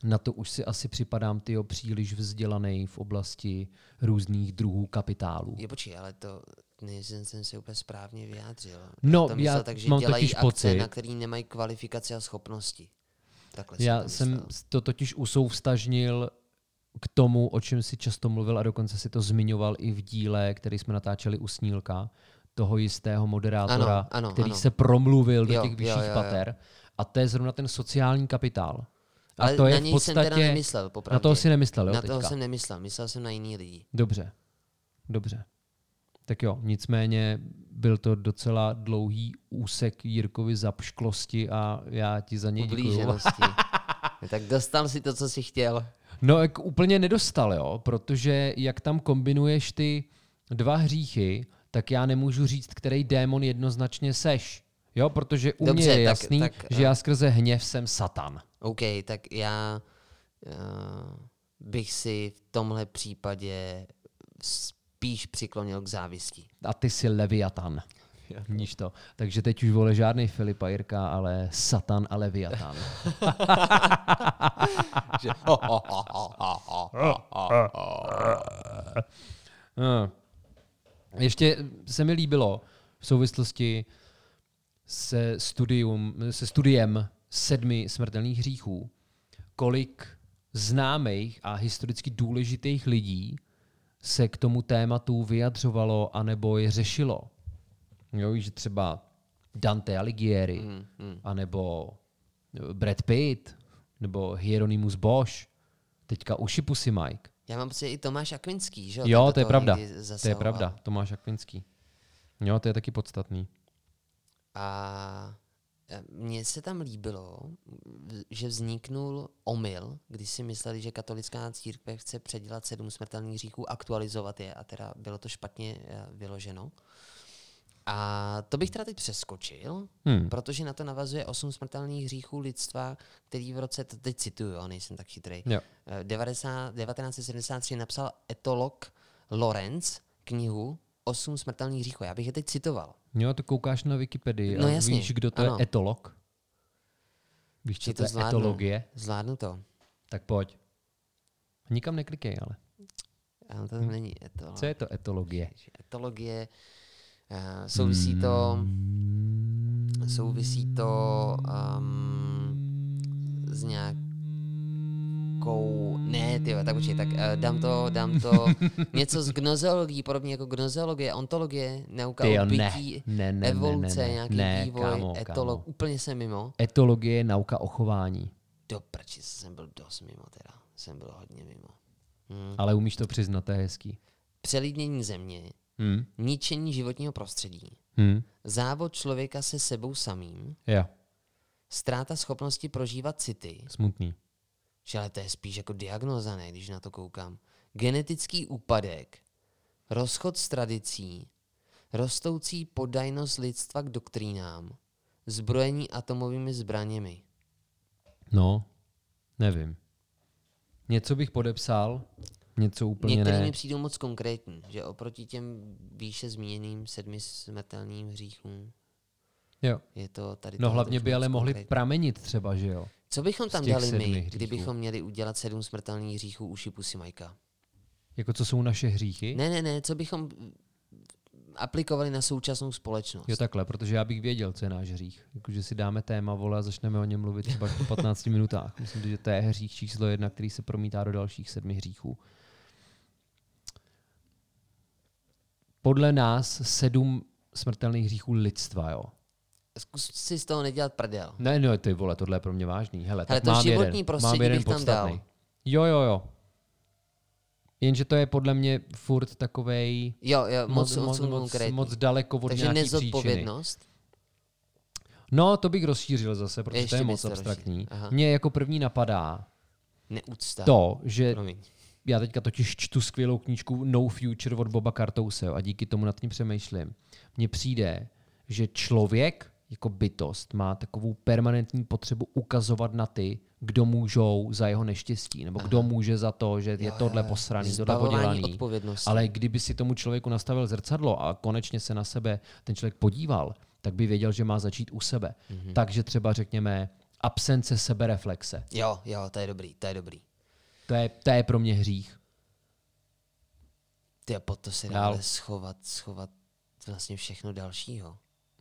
Na to už si asi připadám tyjo příliš vzdělaný v oblasti různých druhů kapitálů.
Je počkej, ale to nejsem jsem se úplně správně vyjádřil.
No,
to
já
tak, že
mám
dělají
totiž
akce,
pocit,
na který nemají kvalifikaci a schopnosti. Takhle
já
to
jsem
myslel.
to totiž usouvztažnil k tomu, o čem si často mluvil a dokonce si to zmiňoval i v díle, který jsme natáčeli u Snílka, toho jistého moderátora,
ano, ano,
který
ano.
se promluvil do
Jo,
těch vyšších
jo, jo, jo.
pater. A to je zrovna ten sociální kapitál. A
Ale
to je
na
v
něj
podstatě...
jsem teda nemyslel, popravdě.
Na toho si nemyslel, jo,
Na
teďka.
toho jsem nemyslel, myslel jsem na jiný lidi.
Dobře, dobře. Tak jo, nicméně byl to docela dlouhý úsek Jirkovi zapšklosti a já ti za něj děkuju.
Ublíženosti. Tak dostal si to, co jsi chtěl.
No, jak úplně nedostal, jo, protože jak tam kombinuješ ty dva hříchy, tak já nemůžu říct, který démon jednoznačně seš. Jo, protože u
Dobře,
mě je
tak-
jasný,
tak,
že
eh,
já skrze hněv jsem Satan.
OK, tak já uh, bych si v tomhle případě spíš přiklonil k závisti.
A ty jsi Leviatan. Víš to. Takže teď už vole žádný Filipa Jirka, ale Satan a Leviatan.
Že, ho, ho, ho, ho, ho, ho, ho, ho.
No. Ještě se mi líbilo v souvislosti se, studium, se studiem sedmi smrtelných hříchů, kolik známých a historicky důležitých lidí se k tomu tématu vyjadřovalo anebo je řešilo. Jo, že třeba Dante Alighieri,
Mm, mm.
anebo Brad Pitt, nebo Hieronymus Bosch, teďka Uši Pussy Mike.
Já mám pocit, i Tomáš Akvinský, že?
Jo,
Ten
to je
do toho
pravda.
někdy
To je
zasahoval.
pravda, Tomáš Akvinský. Jo, to je taky podstatný.
A mně se tam líbilo, že vzniknul omyl, když si mysleli, že katolická církev chce předělat sedm smrtelných hříchů, aktualizovat je a teda bylo to špatně eh, vyloženo. A to bych teda teď přeskočil,
Hmm.
protože na to navazuje osm smrtelných hříchů lidstva, který v roce, to teď cituju, jo, nejsem tak chytrý,
Jo.
devadesát devatenáct set sedmdesát tři napsal etolog Lorenz knihu Osm smrtelných hříchů. Já bych je teď citoval.
Jo, to koukáš na Wikipedii
No
a
jasně,
víš, kdo to
ano.
je etolog? Víš, co
Či
to je
zvládnu.
etologie?
Zvládnu to.
Tak pojď. Nikam neklikej, ale.
Ano, to tam není etolog.
Co je to etologie?
Etologie, uh, souvisí to, souvisí to um, s nějakou, ne, tyjo, tak počkej, tak uh, dám to, dám to, něco z gnozeologií, podobně jako gnozeologie, ontologie, nauka
Tyjo,
o
ne.
bytí,
Ne, ne, ne,
evoluce,
ne, ne.
nějaký
Ne,
vývoj,
kámo,
etolog,
kámo.
úplně jsem mimo.
Etologie je nauka o chování.
Do prčice jsem byl dost mimo teda, jsem byl hodně mimo. Hmm.
Ale umíš to přiznat, to je hezký.
Přelidnění země,
Hm?
ničení životního prostředí,
Hm?
závod člověka se sebou samým,
Jo,
ztráta schopnosti prožívat city,
smutný.
že ale to je spíš jako diagnóza, ne, když na to koukám, genetický úpadek, rozchod s tradicí, rostoucí podajnost lidstva k doktrínám, zbrojení atomovými zbraněmi.
No, nevím. Něco bych podepsal, něco úplně
Některý
ne.
mi přijdou moc konkrétní, že oproti těm výše zmíněným sedmi smrtelným hříchům
Jo.
je to tady
No
tohle
hlavně
už
by
moc
ale mohli
konkrétní.
pramenit třeba, že jo?
Co bychom tam
z těch
dali
sedmi
my,
hříchů.
kdybychom měli udělat sedm smrtelných hříchů Uši Pussy Mikea?
Jako co jsou naše hříchy?
Ne, ne, ne, co bychom aplikovali na současnou společnost?
Jo takhle, protože já bych věděl, co je náš hřích. Jakože si dáme téma, vole, a začneme o něm mluvit třeba po patnácti minutách. Myslím, že to je hřích číslo jedna, který se promítá do dalších sedmi hříchů. Podle nás sedm smrtelných hříchů lidstva, jo.
Zkus si z toho nedělat prdel.
Ne, no, ty vole, tohle je pro mě vážný. Hele,
Hele,
tak
to
mám
životní
jeden,
prostředí
mám jeden
bych tam
podstatný.
dal.
Jo, jo, jo. Jenže to je podle mě furt takovej
Jo, jo, moc, moc,
moc,
moc,
moc,
konkrétní.
moc daleko od
Takže
nějaký příčiny.
nezodpovědnost.
No, to bych rozšířil zase, protože
Ještě
to je
bys
moc
to
abstraktní.
rozšířil, aha.
Mně jako první napadá
Neúcta.
to, že
Promiň.
já teďka totiž čtu skvělou knížku No Future od Boba Cartouse a díky tomu nad tím přemýšlím. Mně přijde, že člověk jako bytost má takovou permanentní potřebu ukazovat na ty, kdo můžou za jeho neštěstí, nebo kdo může za to, že je
Jo,
tohle
jo, jo.
posraný, tohle
Zbavování
podělaný.
odpovědnosti.
Ale kdyby si tomu člověku nastavil zrcadlo a konečně se na sebe ten člověk podíval, tak by věděl, že má začít u sebe. Mm-hmm. Takže třeba řekněme, absence sebereflexe.
Jo, jo, to je dobrý, to je dobrý.
To je, to je pro mě hřích.
Ty, pod to se dá schovat, schovat vlastně všechno dalšího.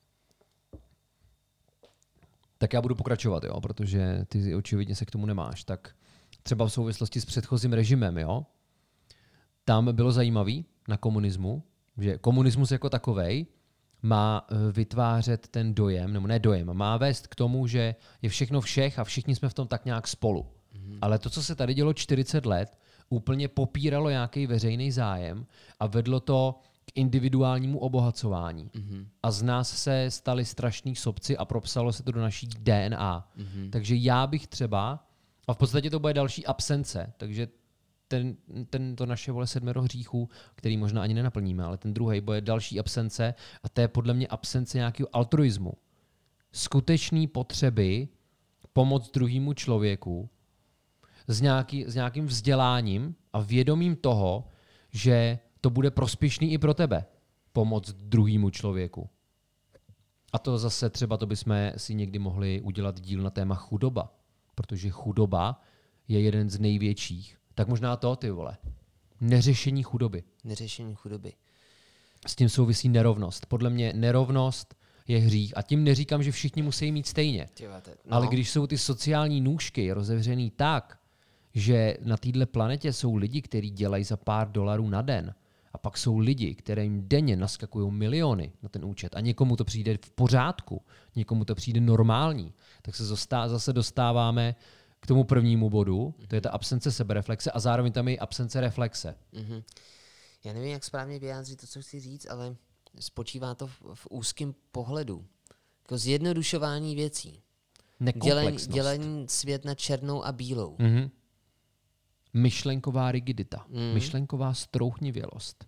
Tak já budu pokračovat, jo, protože ty očividně se k tomu nemáš. Tak třeba v souvislosti s předchozím režimem, jo, tam bylo zajímavý na komunismu, že komunismus jako takovej má vytvářet ten dojem, nebo ne dojem, má vést k tomu, že je všechno všech a všichni jsme v tom tak nějak spolu. Mm-hmm. Ale to, co se tady dělo čtyřicet let, úplně popíralo nějaký veřejný zájem a vedlo to k individuálnímu obohacování. Mm-hmm. A z nás se stali strašní sobci a propsalo se to do naší D N A. Mm-hmm. Takže já bych třeba, a v podstatě to bude další absence, takže ten, ten, to naše vole sedmero hříchů, který možná ani nenaplníme, ale ten druhý bude další absence a to je podle mě absence nějakého altruismu. Skutečný potřeby pomoct druhému člověku s, nějaký, s nějakým vzděláním a vědomím toho, že to bude prospěšný i pro tebe pomoct druhému člověku. A to zase třeba to bychom si někdy mohli udělat díl na téma chudoba, protože chudoba je jeden z největších. Tak možná to, ty vole. Neřešení chudoby.
Neřešení chudoby.
S tím souvisí nerovnost. Podle mě nerovnost je hřích. A tím neříkám, že všichni musí mít stejně.
No.
Ale když jsou ty sociální nůžky rozevřený tak, že na této planetě jsou lidi, kteří dělají za pár dolarů na den, a pak jsou lidi, kterým denně naskakují miliony na ten účet a někomu to přijde v pořádku, někomu to přijde normální, tak se zase dostáváme k tomu prvnímu bodu, to je ta absence sebereflexe a zároveň tam je absence reflexe.
Mm-hmm. Já nevím, jak správně vyjádřit to, co chci říct, ale spočívá to v, v úzkém pohledu. Jako zjednodušování věcí. Dělení, dělení svět na černou a bílou.
Mm-hmm. Myšlenková rigidita. Mm. Myšlenková strouchnivělost.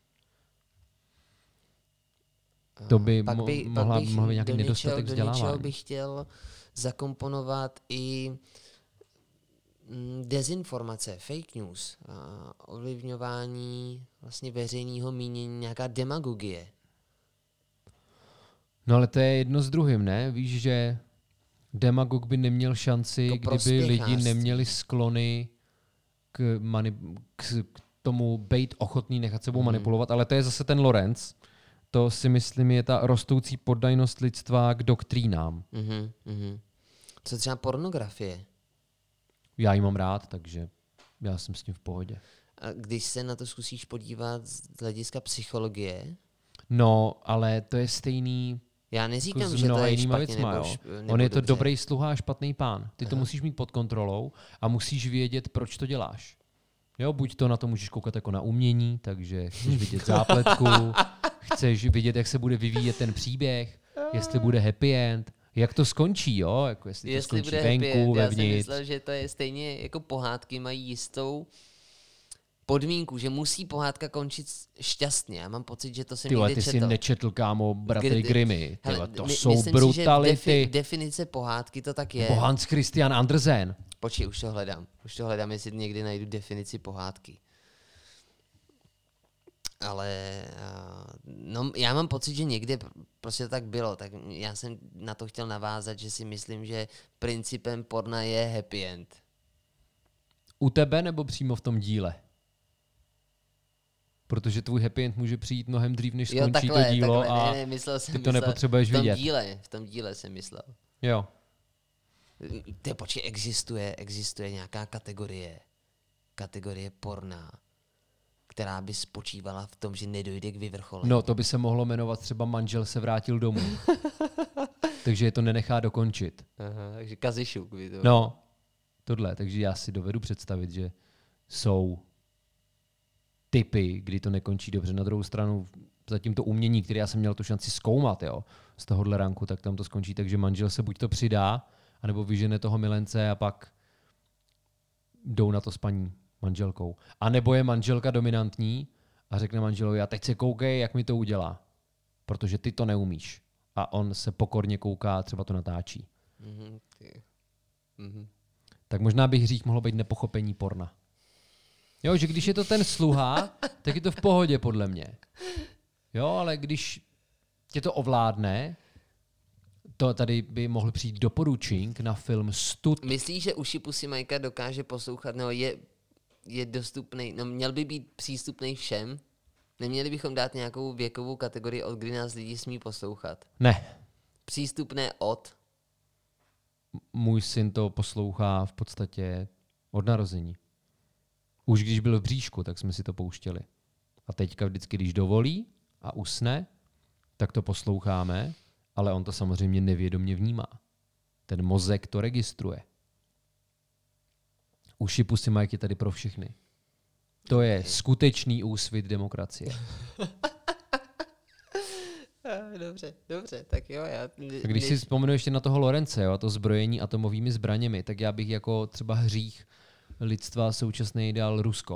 To by,
pak by
mo- mohla,
pak bych
mohla být nějaký
do
nedostatek
něčeho,
vzdělávání.
Do něčeho bych chtěl zakomponovat i dezinformace, fake news, a ovlivňování vlastně veřejného mínění, nějaká demagogie.
No ale to je jedno s druhým, ne? Víš, že demagog by neměl šanci,
to
kdyby lidi neměli sklony k, mani- k, k tomu být ochotný nechat sebou mm. manipulovat, ale to je zase ten Lorenz. To si myslím je ta rostoucí poddajnost lidstva k doktrínám.
Mm-hmm, mm-hmm. Co třeba pornografie?
Já ji mám rád, takže já jsem s tím v pohodě.
A když se na to zkusíš podívat z hlediska psychologie?
No, ale to je stejný.
Já neříkám, že to je špatně
věcma,
nebo,
šp-
nebo
On je to
dobře.
dobrý sluha a špatný pán. Ty Aha. to
Aha.
musíš mít pod kontrolou a musíš vědět, proč to děláš. Jo, buď to na to můžeš koukat jako na umění, takže chceš vidět zápletku, chceš vidět, jak se bude vyvíjet ten příběh, jestli bude happy end, jak to skončí, jo? Jako jestli,
jestli
to
bude
skončí venku,
happy end. Já
vevnitř.
jsem myslel, že to je stejně jako pohádky mají jistou podmínku, že musí pohádka končit šťastně. Já mám pocit, že to jsem
Tyhle,
někdy
ty
četl.
jsi nečetl, kámo, bratry
Kdy-
Grimmy. Tyhle,
Hele,
to
my-
jsou
myslím
brutality.
Si, že defi- definice pohádky to tak je.
Nebo Hans Christian Andersen.
Počkej, už to hledám. Už to hledám, jestli někdy najdu definici pohádky. Ale uh, no, já mám pocit, že někde prostě to tak bylo. Tak já jsem na to chtěl navázat, že si myslím, že principem porna je happy end.
U tebe nebo přímo v tom díle? Protože tvůj happy end může přijít mnohem dřív, než skončí
jo, takhle,
to dílo
takhle.
a
ne, ne, myslel jsem,
ty to
myslel,
nepotřebuješ
v tom
vidět.
Díle, v tom díle jsem myslel.
Jo.
Ty počkej, existuje, existuje nějaká kategorie, kategorie porna, která by spočívala v tom, že nedojde k vyvrcholení.
No, to by se mohlo jmenovat třeba Manžel se vrátil domů. Takže je to nenechá dokončit.
Aha, takže Kazišuk by to...
No, tohle. Takže já si dovedu představit, že jsou typy, kdy to nekončí dobře. Na druhou stranu zatím to umění, které já jsem měl tu šanci zkoumat, jo, z tohohle ranku, tak tam to skončí, takže manžel se buď to přidá, anebo vyžene toho milence a pak jdou na to s paní manželkou. A nebo je manželka dominantní a řekne manželovi, a teď se koukej, jak mi to udělá. Protože ty to neumíš. A on se pokorně kouká, třeba to natáčí.
Mm-hmm. Mm-hmm.
Tak možná bych hřích mohlo být nepochopení porna. Jo, že když je to ten sluha, tak je to v pohodě podle mě. Jo, ale když tě to ovládne, to tady by mohl přijít doporučink na film Stud.
Myslíš, že uši pusy Majka dokáže poslouchat, nebo je, je dostupný, no měl by být přístupný všem? Neměli bychom dát nějakou věkovou kategorii, od kdy nás lidi smí poslouchat?
Ne.
Přístupné od?
Můj syn to poslouchá v podstatě od narození. Už když byl v bříšku, tak jsme si to pouštěli. A teďka vždycky, když dovolí a usne, tak to posloucháme, ale on to samozřejmě nevědomě vnímá. Ten mozek to registruje. Uši pusy Mike je tady pro všechny. To je okay. Skutečný úsvit demokracie.
Dobře, dobře, tak jo. Já,
a když si vzpomenu ještě na toho Lorence, jo, to zbrojení atomovými zbraněmi, tak já bych jako třeba hřích lidstva současný dal Rusko.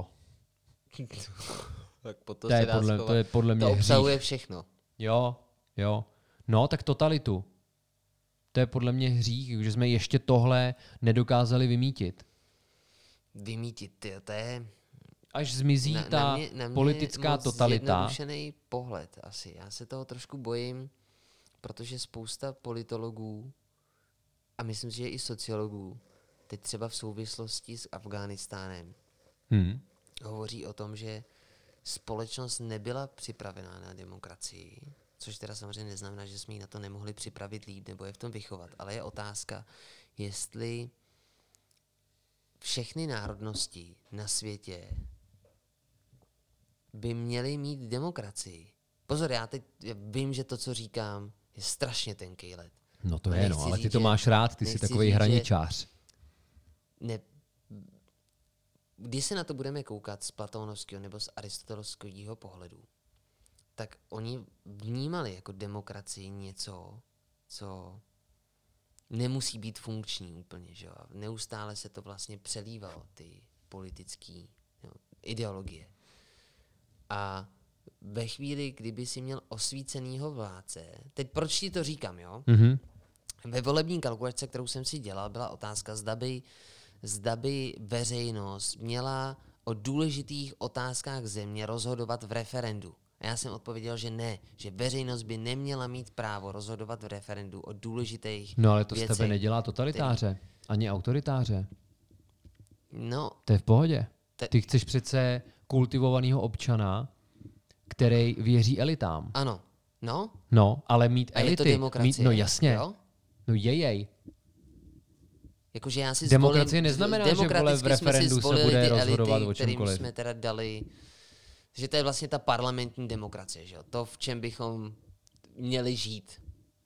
Tak po to,
to,
se
je
dá
podle, to je podle mě
to obsahuje
hřích.
všechno.
Jo, jo. No, tak totalitu. To je podle mě hřích, že jsme ještě tohle nedokázali vymítit.
Vymítit, tyjo, to je...
Až zmizí
na,
ta
na mě, na mě
politická
moc
totalita.
Zjednodušený pohled asi. Já se toho trošku bojím, protože spousta politologů a myslím si, že i sociologů teď třeba v souvislosti s Afghánistánem
hmm.
hovoří o tom, že společnost nebyla připravená na demokracii, což teda samozřejmě neznamená, že jsme ji na to nemohli připravit líp nebo je v tom vychovat, ale je otázka, jestli všechny národnosti na světě by měly mít demokracii. Pozor, já teď já vím, že to, co říkám, je strašně tenký led.
No to je, no, ale ty to máš rád, ty jsi takový hraničář.
Ne, když se na to budeme koukat z platonovského nebo z aristotelovského pohledu, tak oni vnímali jako demokracii něco, co nemusí být funkční úplně, že jo? Neustále se to vlastně přelívalo, ty politické ideologie. A ve chvíli, kdyby si měl osvícenýho vládce, teď proč ti to říkám, jo?
Mm-hmm.
Ve volební kalkulačce, kterou jsem si dělal, byla otázka, zda by, zda by veřejnost měla o důležitých otázkách země rozhodovat v referendu. A já jsem odpověděl, že ne, že veřejnost by neměla mít právo rozhodovat v referendu o důležitých
No ale to
věcech,
z tebe nedělá totalitáře,
který...
ani autoritáře.
No.
To je v pohodě.
Te...
Ty chceš přece kultivovaného občana, který věří elitám.
Ano. No.
No, ale mít
a
elity.
Je to demokracie.
Mít, no jasně.
Jo?
No je jej.
Jakože já si
demokracie
zvolím,
neznamená, že vole v referendu se bude rozhodovat o čemkoliv.
Jsme teda dali, že to je vlastně ta parlamentní demokracie, že jo? To, v čem bychom měli žít.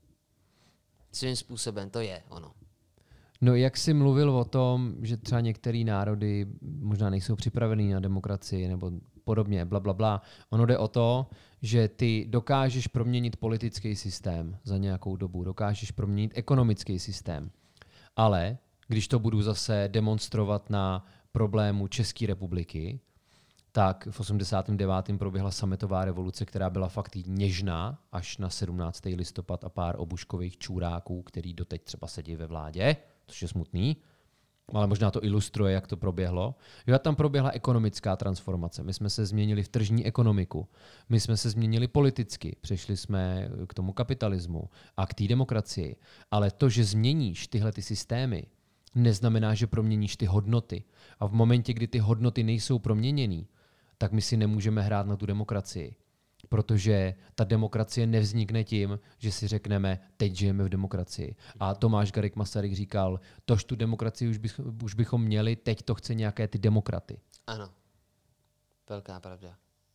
Svým způsobem, to je ono.
No jak jsi mluvil o tom, že třeba některé národy možná nejsou připravený na demokracii nebo podobně, bla, bla, bla. Ono jde o to, že ty dokážeš proměnit politický systém za nějakou dobu, dokážeš proměnit ekonomický systém. Ale když to budu zase demonstrovat na problému České republiky, tak v osmdesátém devátém proběhla sametová revoluce, která byla fakt něžná až na sedmnáctého listopad a pár obuškových čůráků, který doteď třeba sedí ve vládě, což je smutný, ale možná to ilustruje, jak to proběhlo. Jo, tam proběhla ekonomická transformace. My jsme se změnili v tržní ekonomiku. My jsme se změnili politicky. Přešli jsme k tomu kapitalismu a k té demokracii. Ale to, že změníš tyhle ty systémy, neznamená, že proměníš ty hodnoty. A v momentě, kdy ty hodnoty nejsou proměněný, tak my si nemůžeme hrát na tu demokracii. Protože ta demokracie nevznikne tím, že si řekneme, teď žijeme v demokracii. A Tomáš Garrigue Masaryk říkal, tož tu demokracii už, bych, už bychom měli, teď to chce nějaké ty demokraty.
Ano. Velká pravda.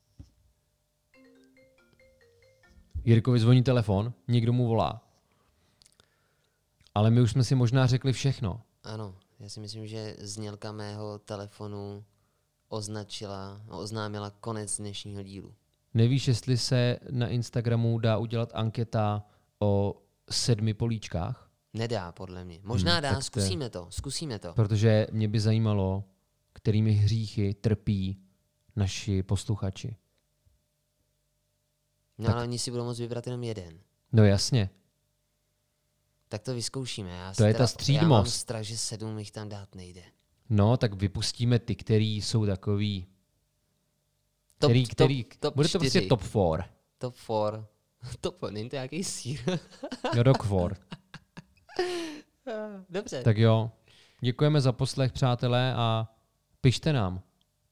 Jirkovi zvoní telefon, někdo mu volá. Ale my už jsme si možná řekli všechno.
Ano, já si myslím, že znělka mého telefonu označila, oznámila konec dnešního dílu.
Nevíš, jestli se na Instagramu dá udělat anketa o sedmi políčkách?
Nedá, podle mě. Možná
hmm,
dá, zkusíme to, zkusíme to.
Protože mě by zajímalo, kterými hříchy trpí naši posluchači.
No
tak.
Ale oni si budou moct vybrat jenom jeden.
No jasně.
Tak to vyzkoušíme. Já
to je
teda,
ta střídmost.
Já mám strach, že sedm jich tam dát nejde.
No, tak vypustíme ty, který jsou takový...
Top,
který, který,
top, top
bude to prostě top four.
Top four. Top four, není to nějaký sír.
No, Roquefort.
dobře.
Tak jo, děkujeme za poslech, přátelé, a pište nám,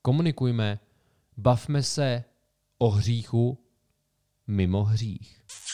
komunikujme, bavme se o hříchu mimo hřích.